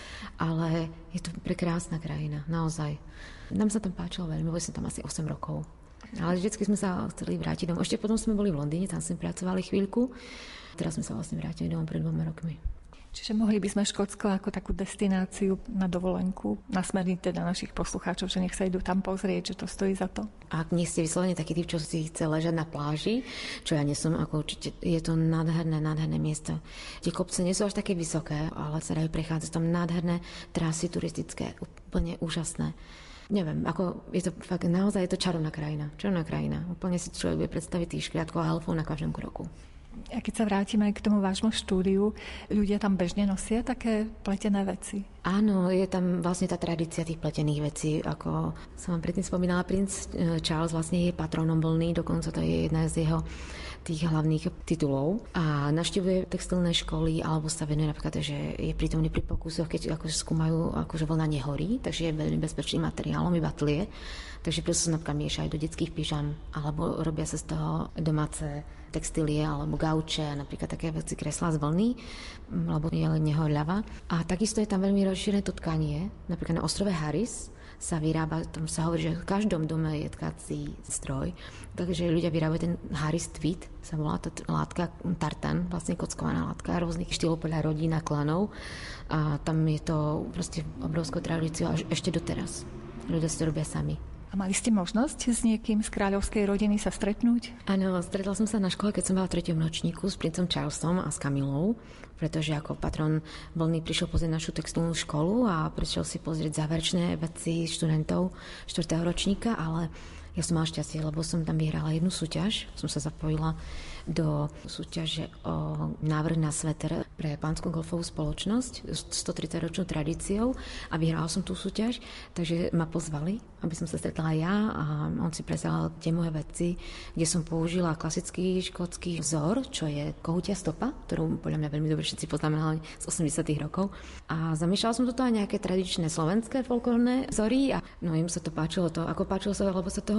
ale je to prekrásna krajina, naozaj. Nám sa tam páčilo veľmi, boli sme tam asi 8 rokov. Ale vždycky sme sa chceli vrátiť domov. Ešte potom sme boli v Londýne, tam sme pracovali chvíľku. Teraz sme sa vlastne vrátili domov pred 2 rokmi. Čiže mohli by sme Škótsko ako takú destináciu na dovolenku nasmerniť teda našich poslucháčov, že nech sa idú tam pozrieť, že to stojí za to. Ak nie ste vyslovene taký typ, čo si chce ležať na pláži, čo ja nie som, ako určite je to nádherné miesto. Tie kopce nie sú až také vysoké, ale sa dajú prechádzať tam nádherné trasy turistické, úplne úžasné. Neviem, ako je to fakt, naozaj je to čarovná krajina. Úplne si človek bude predstaviť tých škriatkov a elfov na každom kroku. A keď sa vrátime k tomu vášmu štúdiu, ľudia tam bežne nosia také pletené veci? Áno, je tam vlastne tá tradícia tých pletených vecí. Ako som vám predtým spomínala, princ Charles vlastne je patronom vlny, dokonca to je jedna z jeho tých hlavných titulov. A navštevuje textilné školy, alebo sa venuje napríklad, že je prítomný pri pokusoch, keď akože skúmajú, akože vlna nehorí, takže je veľmi bezpečným materiálom, iba tlie. Takže proste sa napríklad mieša aj do detských pyžam, alebo robia sa z toho domáce textílie alebo gauče a napríklad také veci kreslá z vlny, lebo je len nehoľľava. A takisto je tam veľmi rozšírené to tkanie. Napríklad na ostrove Harris sa vyrába, tam sa hovorí, že v každom dome je tkací stroj. Takže ľudia vyrábajú ten Harris tweed, sa volá tá látka tartan, vlastne kockovaná látka rôznych štýlov podľa rodín a klanov. A tam je to proste obrovskou tradíciou až ešte doteraz. Ľudia si to robia sami. A mali ste možnosť s niekým z kráľovskej rodiny sa stretnúť? Áno, stretla som sa na škole, keď som bola v 3. ročníku s princom Charlesom a s Kamilou, pretože ako patron vlny prišiel pozrieť našu textilnú školu a prišiel si pozrieť záverečné veci študentov 4. ročníka, ale ja som mala šťastie, lebo som tam vyhrala jednu súťaž. Som sa zapojila do súťaže o návrh na sveter pre Pánsku golfovú spoločnosť s 130-ročnou tradíciou a vyhrala som tú súťaž, takže ma pozvali, aby som sa stretla ja a on si presadal tie moje veci, kde som použila klasický škótsky vzor, čo je kohutia stopa, ktorú podľa mňa veľmi dobre všetci poznamenali z 80. rokov. A zamiešala som toto aj nejaké tradičné slovenské folklórne vzory a no im sa to páčilo, lebo sa toho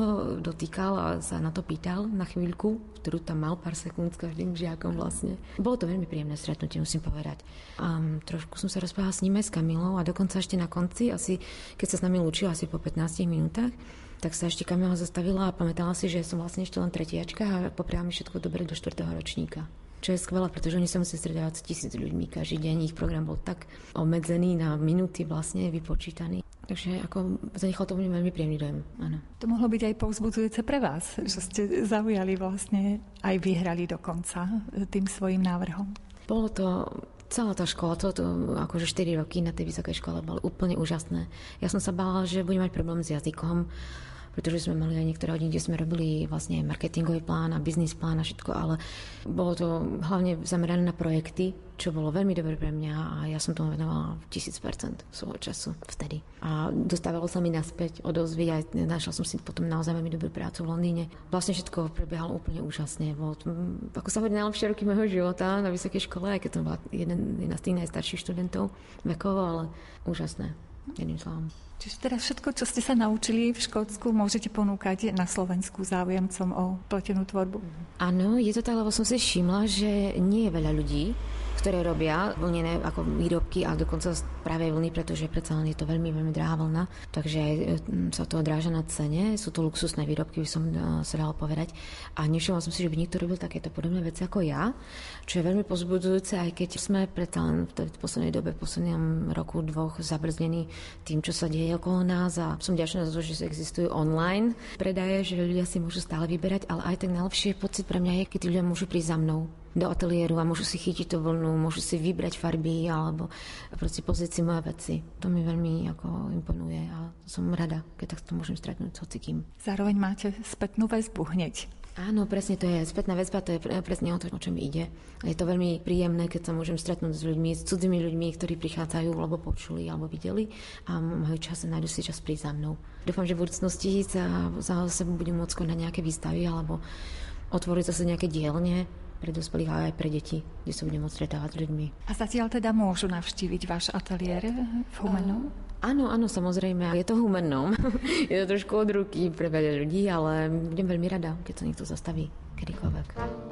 toho dotýkal a sa na to pýtal na chvíľku, ktorú tam mal pár sekúnd s každým žiakom vlastne. Bolo to veľmi príjemné stretnutie, musím povedať. A trošku som sa rozprávala s ním aj s Kamilou a dokonca ešte na konci, asi keď sa s nami lúčila asi po 15 minútach, tak sa ešte Kamila zastavila a pamätala si, že som vlastne ešte len tretiačka a popriala mi všetko dobre do 4. ročníka. Čo je skvelé, pretože oni sa musia stretávať s 1000 ľuďmi každý deň. Ich program bol tak obmedzený na minúty vlastne vypočítaný. Takže ako zanechal to veľmi príjemný dojem, áno. To mohlo byť aj povzbudzujúce pre vás, že ste zaujali vlastne aj vyhrali dokonca tým svojim návrhom. Bolo to celá tá škola, to akože 4 roky na tej vysokej škole boli úplne úžasné. Ja som sa bála, že budem mať problém s jazykom, pretože sme mali aj niektoré hodiny, kde sme robili vlastne marketingový plán a biznis plán a všetko, ale bolo to hlavne zamerané na projekty, čo bolo veľmi dobré pre mňa a ja som tomu venovala 1000% svojho času vtedy. A dostávalo sa mi naspäť odozvy a našla som si potom naozaj veľmi dobrú prácu v Londýne. Vlastne všetko prebiehalo úplne úžasne. Bolo to, ako sa hovorí, najlepšie roky môjho života na vysokej škole, aj keď som bola jedna z tých najstarších študentov vekovo, ale úžasné, jedným slovom. Čiže teraz všetko, čo ste sa naučili v Škótsku, môžete ponúkať na Slovensku záujemcom o pletenú tvorbu? Áno, je to tak, lebo som si všimla, že nie je veľa ľudí, ktoré robia vlnené ako výrobky a dokonca práve vlny, pretože predsa len je to veľmi drahá vlna, takže aj sa to odráža na cene. Sú to luxusné výrobky, by som sa dala povedať. A nevšimla som si, že by niekto robil takéto podobné veci ako ja, čo je veľmi povzbudzujúce, aj keď sme predsa len v poslednej dobe, v poslednom roku, 2 zabrzdení tým, čo sa deje okolo nás a som ďačná za to, že existujú online predaje, že ľudia si môžu stále vyberať, ale aj ten najlepší pocit pre mňa je, keď ľudia môžu prísť za mnou do ateliéru a môžu si chytiť tú vlnu, môžu si vybrať farby alebo proste pozrieť si moje veci. To mi veľmi ako imponuje a som rada, keď takto môžem stretnúť s hocikým. Zároveň máte spätnú väzbu hneď. Áno, presne to je. Spätná väzba, to je presne o to, o čom ide. Je to veľmi príjemné, keď sa môžem stretnúť s ľuďmi, s cudzými ľuďmi, ktorí prichádzajú, alebo počuli, alebo videli a majú čas, nájdu si čas prísť za mnou. Dúfam, že v budúcnosti sa zase budem môcť konať nejaké výstavy alebo otvoriť zase nejaké dielne pre dospelých, ale aj pre deti, kde sa budeme môcť stretávať s ľuďmi. A zatiaľ teda môžu navštíviť váš ateliér v Humennom? Áno, samozrejme. Je to v Humennom. Je to trošku od ruky pre veľa ľudí, ale budem veľmi rada, keď sa niekto zastaví kedykoľvek.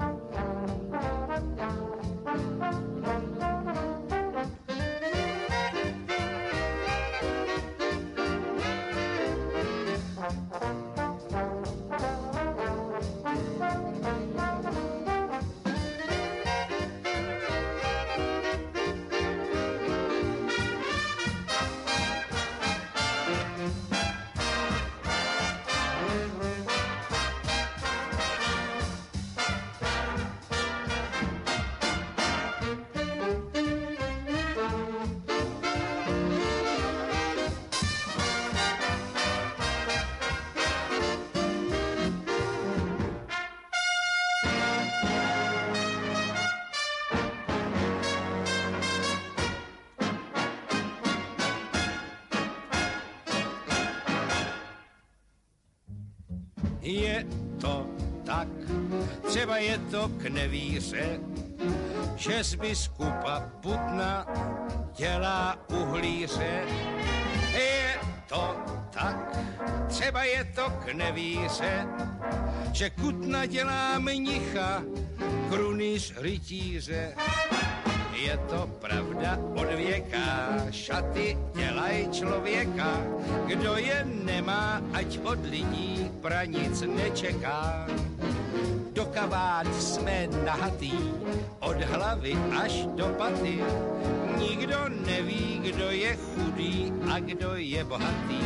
Je to tak, třeba je to k nevíře, že z biskupa Putna dělá uhlíře. Je to tak, třeba je to k nevíře, že Kutna dělá mnicha, krunýř rytíře. Je to pravda od věka, šaty dělaj člověka, kdo je nemá, ať od lidí pranic nečeká. Do kabát jsme nahatý, od hlavy až do paty, nikdo neví, kdo je chudý a kdo je bohatý.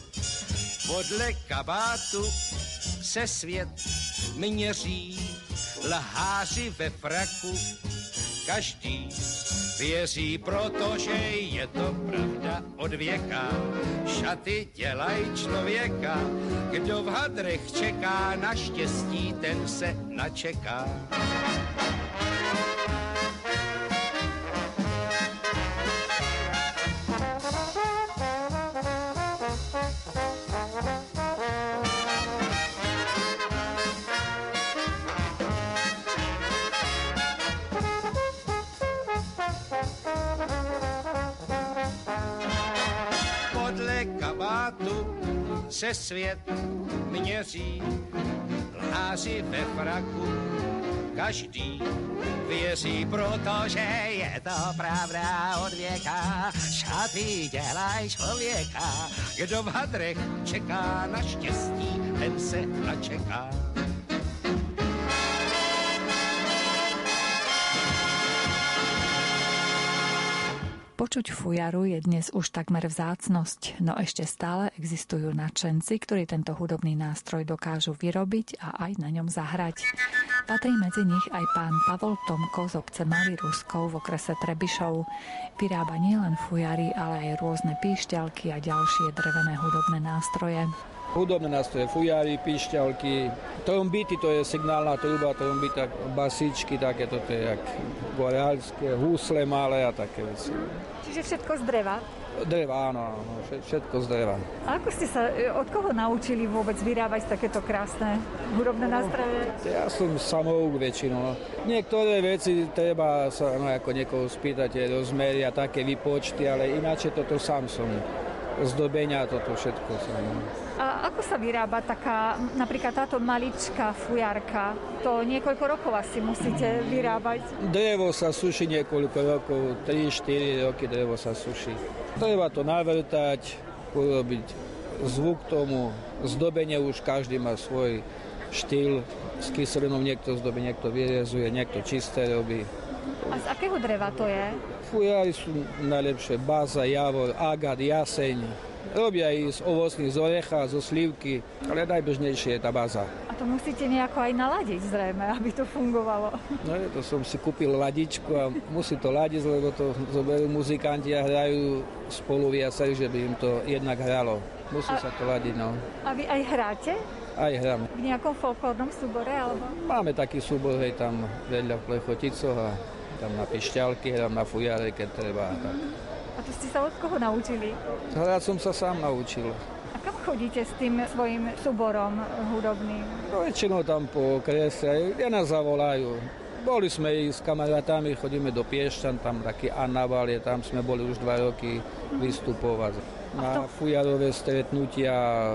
Podle kabátu se svět měří, lháři ve fraku, každý věří, protože je to pravda od věka. Šaty dělaj člověka, kdo v hadrech čeká na štěstí, ten se načeká. se svět měří, lháři ve fraku, každý věří, protože je to pravda od věka. Šaty dělaj člověka, kdo v hadrech čeká na štěstí, ten se načeká. Počuť fujaru je dnes už takmer vzácnosť, no ešte stále existujú nadšenci, ktorí tento hudobný nástroj dokážu vyrobiť a aj na ňom zahrať. Patrí medzi nich aj pán Pavol Tomko z obce Malý Ruskov v okrese Trebišov. Vyrába nielen fujary, ale aj rôzne píšťalky a ďalšie drevené hudobné nástroje. Hudobné nástroje, fujary, píšťalky, trombity, to je signálna truba, trombita, basičky, takéto, to je jak gorálske, husle malé a také veci. Čiže všetko z dreva? Dreva, áno, všetko z dreva. A ako ste sa, od koho naučili vôbec vyrábať takéto krásne hudobné nástroje? Ja som samouk väčšinou. Niektoré veci treba sa ako niekoho spýtať, tie rozmery a také výpočty, ale ináč toto sám som. Zdobenia, toto všetko som. A ako sa vyrába taká, napríklad táto maličká fujarka? To niekoľko rokov asi musíte vyrábať. Drevo sa suší niekoľko rokov, 3-4 roky drevo sa suší. Treba to navrtať, urobiť zvuk tomu, zdobenie už každý má svoj štýl. S kyselinou niekto zdobí, niekto vyrezuje, niekto čisté robí. A z akého dreva to je? Fujary sú najlepšie baza, javor, agát, jaseň. Robia aj z ovocných, z orecha, zo slivky, ale najbežnejšie je tá baza. A to musíte nejako aj naladiť zrejme, aby to fungovalo. No to som si kúpil ladičku a musí to ladiť, lebo to zoberú muzikanti a hrajú spolu viacej, že by im to jednak hralo. Musí sa to ladiť, no. A vy aj hráte? Aj hráme. V nejakom folklórnom súbore, alebo? Máme taký súbor, hej, tam vedľa v Plechoticoch a tam na pišťalky, hrám na fujare, keď treba. Tak. A to ste sa od koho naučili? Hrať som sa sám naučil. A kam chodíte s tým svojim súborom hudobným? No väčšinou tam po okrese, ja nás zavolajú. Boli sme i s kamarátami, chodíme do Piešťan, tam taký Annaval je, tam sme boli už 2 roky vystupovať. Na fujarové stretnutia,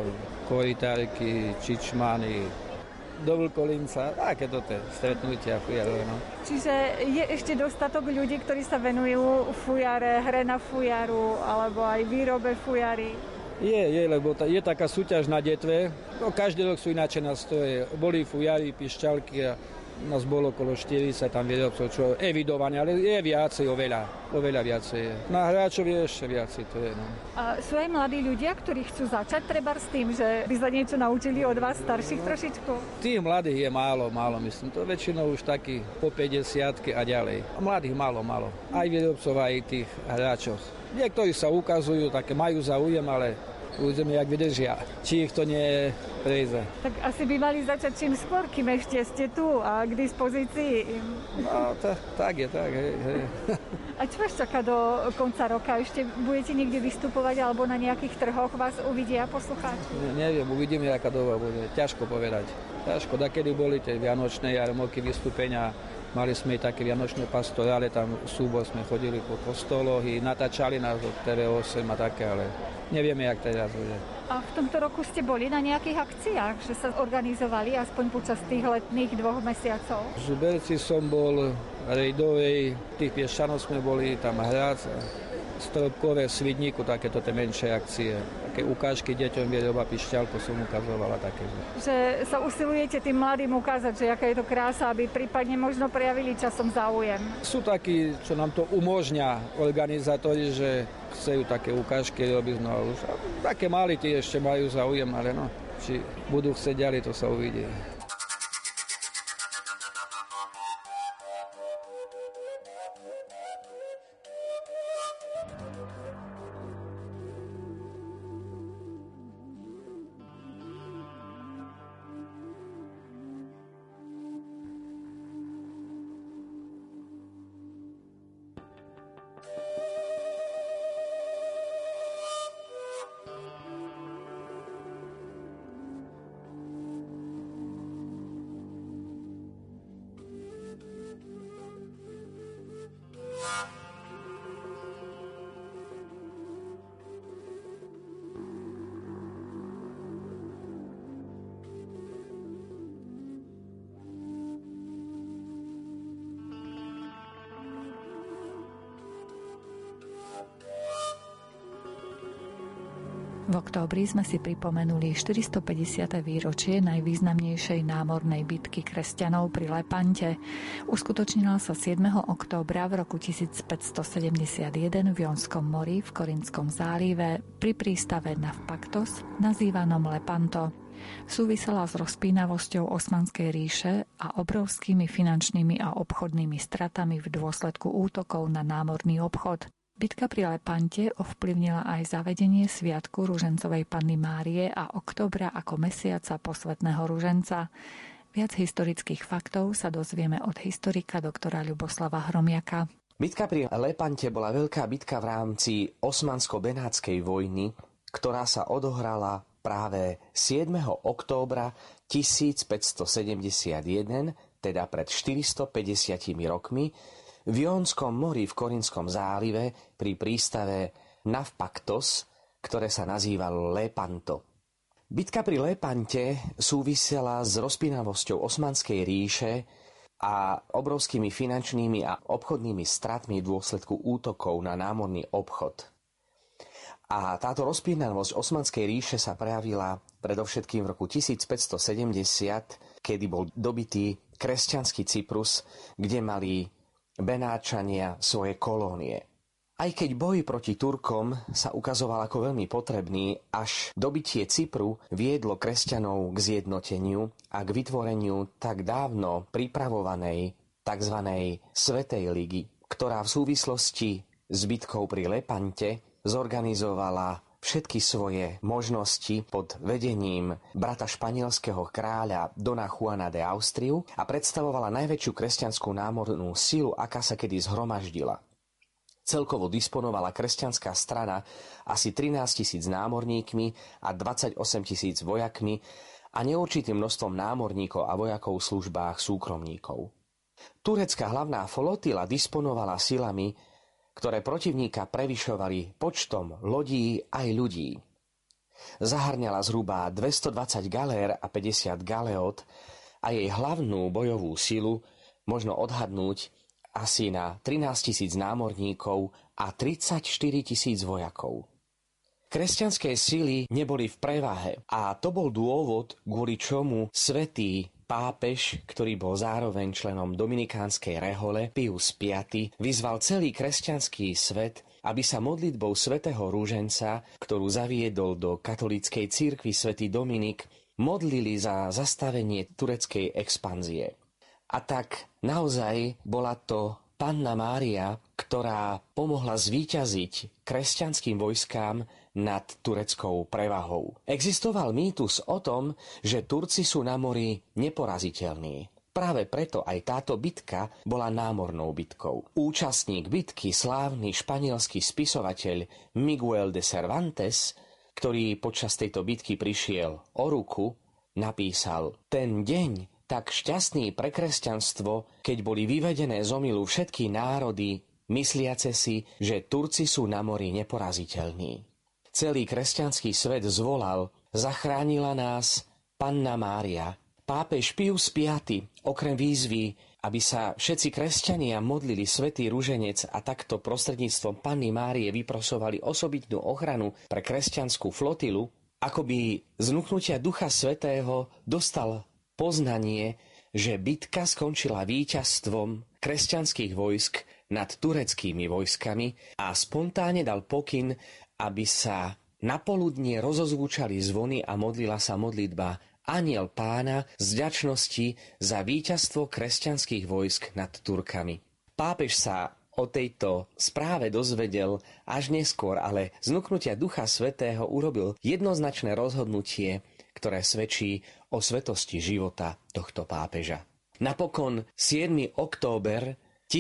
koritárky, čičmany, do Vlkolinca, takéto stretnutia fujarové. No. Čiže je ešte dostatok ľudí, ktorí sa venujú fujare, hre na fujaru, alebo aj výrobe fujary? Je, lebo je taká súťaž na detve. No, každý rok sú ináče nástroje. Boli fujary, pišťalky a nás bolo okolo 40 tam výrobcov, čo evidované, ale je viacej, oveľa viacej je. Na hráčov je ešte viacej, to je. No. A sú aj mladí ľudia, ktorí chcú začať treba s tým, že by sa niečo naučili od vás starších trošičku? Tých mladých je málo, myslím. To väčšinou už takí po 50 a ďalej. A mladých málo. Aj výrobcov, aj tých hráčov. Niektorí sa ukazujú, také majú záujem, ale uvidíme, jak vydržia, či ich to nie prejde. Tak asi by mali začať čím skôr, kým ešte ste tu a k dispozícii. No, tak je. Hej. A čo vás čaká do konca roka? Ešte budete niekde vystupovať alebo na nejakých trhoch vás uvidia poslucháči? Neviem, uvidíme, aká doba bude. Ťažko povedať. Dakedy boli tie vianočné jarmoky vystúpenia. Mali sme aj také vianočné pastorále, tam súbor sme chodili po kostoloch i natáčali nás od TV8 a také, ale nevieme, jak teraz bude. A v tomto roku ste boli na nejakých akciách, že sa organizovali aspoň počas tých letných 2 mesiacov? V Zuberci som bol, v Rejdovej, v tých Piešťanoch sme boli tam hrať, Stropkové, v Svidníku, takéto tie menšie akcie. Také ukážky deťom, výroba pišťalko som ukazovala také. Že sa usilujete tým mladým ukázať, že aká je to krása, aby prípadne možno prejavili časom záujem. Sú takí, čo nám to umožňa organizátori, že chcú také ukážky robiť. No už také mali tí ešte majú záujem, ale no, či budú chcieť ďalej, to sa uvidí. V októbri sme si pripomenuli 450. výročie najvýznamnejšej námornej bitky kresťanov pri Lepante. Uskutočnila sa 7. októbra v roku 1571 v Jónskom mori v Korintskom zálive pri prístave Navpaktos, nazývanom Lepanto. Súvisela s rozpínavosťou Osmanskej ríše a obrovskými finančnými a obchodnými stratami v dôsledku útokov na námorný obchod. Bitka pri Lepante ovplyvnila aj zavedenie sviatku Ružencovej Panny Márie a októbra ako mesiaca posvätného ruženca. Viac historických faktov sa dozvieme od historika doktora Ľuboslava Hromiaka. Bitka pri Lepante bola veľká bitka v rámci osmansko-benátskej vojny, ktorá sa odohrala práve 7. októbra 1571, teda pred 450 rokmi, v Jónskom mori v Korintskom zálive pri prístave Navpaktos, ktoré sa nazývalo Lepanto. Bitka pri Lepante súvisela s rozpínavosťou Osmanskej ríše a obrovskými finančnými a obchodnými stratmi v dôsledku útokov na námorný obchod. A táto rozpínavosť Osmanskej ríše sa prejavila predovšetkým v roku 1570, kedy bol dobitý kresťanský Cyprus, kde mali Benáčania svoje kolónie. Aj keď boj proti Turkom sa ukazoval ako veľmi potrebný, až dobitie Cypru viedlo kresťanov k zjednoteniu a k vytvoreniu tak dávno pripravovanej tzv. Svätej ligy, ktorá v súvislosti s bitkou pri Lepante zorganizovala všetky svoje možnosti pod vedením brata španielského kráľa Dona Juana de Austriu a predstavovala najväčšiu kresťanskú námornú silu, aká sa kedy zhromaždila. Celkovo disponovala kresťanská strana asi 13 000 námorníkmi a 28 000 vojakmi a neurčitým množstvom námorníkov a vojakov v službách súkromníkov. Turecká hlavná flotila disponovala silami, ktoré protivníka prevyšovali počtom lodí aj ľudí. Zahrňala zhruba 220 galér a 50 galeot a jej hlavnú bojovú silu možno odhadnúť asi na 13 000 námorníkov a 34 000 vojakov. Kresťanské sily neboli v prevahe a to bol dôvod, kvôli čomu svätý pápež, ktorý bol zároveň členom dominikánskej rehole, Pius V, vyzval celý kresťanský svet, aby sa modlitbou svätého Rúženca, ktorú zaviedol do katolíckej cirkvi svätý Dominik, modlili za zastavenie tureckej expanzie. A tak naozaj bola to Panna Mária, ktorá pomohla zvíťaziť kresťanským vojskám nad tureckou prevahou. Existoval mýtus o tom, že Turci sú na mori neporaziteľní. Práve preto aj táto bitka bola námornou bitkou. Účastník bitky, slávny španielský spisovateľ Miguel de Cervantes, ktorý počas tejto bitky prišiel o ruku, napísal: Ten deň, tak šťastný pre kresťanstvo, keď boli vyvedené z omylu všetky národy, mysliace si, že Turci sú na mori neporaziteľní. Celý kresťanský svet zvolal: zachránila nás Panna Mária. Pápež Pius V, okrem výzvy, aby sa všetci kresťania modlili svätý ruženec a takto prostredníctvom Panny Márie vyprosovali osobitnú ochranu pre kresťanskú flotilu, akoby z vnuknutia Ducha Svätého dostal poznanie, že bitka skončila víťazstvom kresťanských vojsk nad tureckými vojskami a spontánne dal pokyn, aby sa napoludnie rozozvúčali zvony a modlila sa modlitba Anjel Pána z vďačnosti za víťazstvo kresťanských vojsk nad Turkami. Pápež sa o tejto správe dozvedel až neskôr, ale z vnuknutia Ducha Svätého urobil jednoznačné rozhodnutie, ktoré svedčí o svetosti života tohto pápeža. Napokon 7. október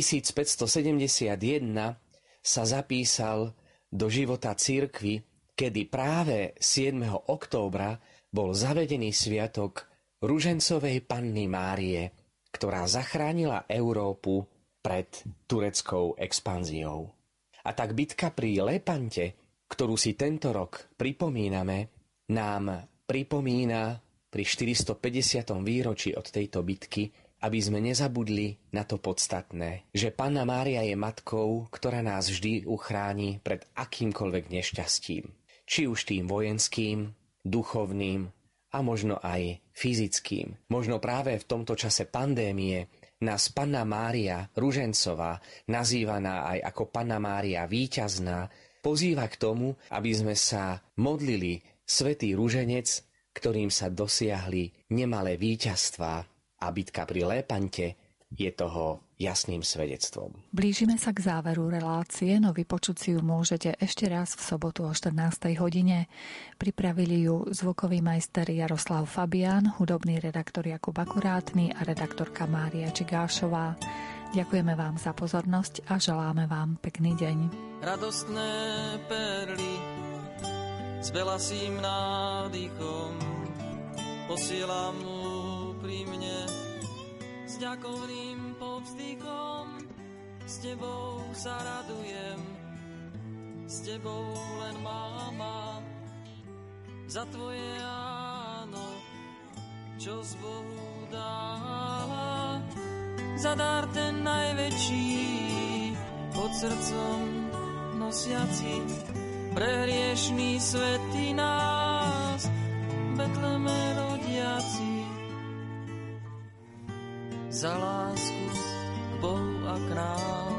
1571 sa zapísal do života cirkvi, kedy práve 7. októbra bol zavedený sviatok Ružencovej Panny Márie, ktorá zachránila Európu pred tureckou expanziou. A tak bitka pri Lepante, ktorú si tento rok pripomíname, nám pripomína pri 450. výročí od tejto bitky, aby sme nezabudli na to podstatné, že Panna Mária je matkou, ktorá nás vždy uchráni pred akýmkoľvek nešťastím. či už tým vojenským, duchovným a možno aj fyzickým. Možno práve v tomto čase pandémie nás Panna Mária Ružencová, nazývaná aj ako Panna Mária Víťazná, pozýva k tomu, aby sme sa modlili svätý ruženec, ktorým sa dosiahli nemalé víťazstvá, a bitka pri Lépante je toho jasným svedectvom. Blížime sa k záveru relácie, no vypočuť si ju môžete ešte raz v sobotu o 14. hodine. Pripravili ju zvukový majster Jaroslav Fabián, hudobný redaktor Jakub Akurátny a redaktorka Mária Čigášová. Ďakujeme vám za pozornosť a želáme vám pekný deň. Radostné perly s belasým nádychom posielam úprimne s ďakovným povzdychom. S tebou sa radujem, s tebou len máma, za tvoje áno, čo z Bohu dáva. Za dar ten najväčší, pod srdcom nosiaci, pre hriešný svätý nás, Betleme rodiaci. Za lásku k Bohu a k nám.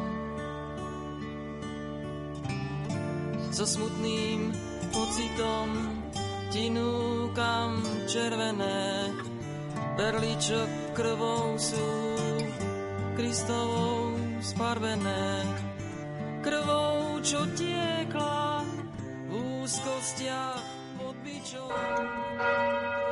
So smutným pocitom ti núkam červené perly, čo krvou sú Kristovou sfarbené. Krvou, čo tiekla v úzkostiach pod bičou.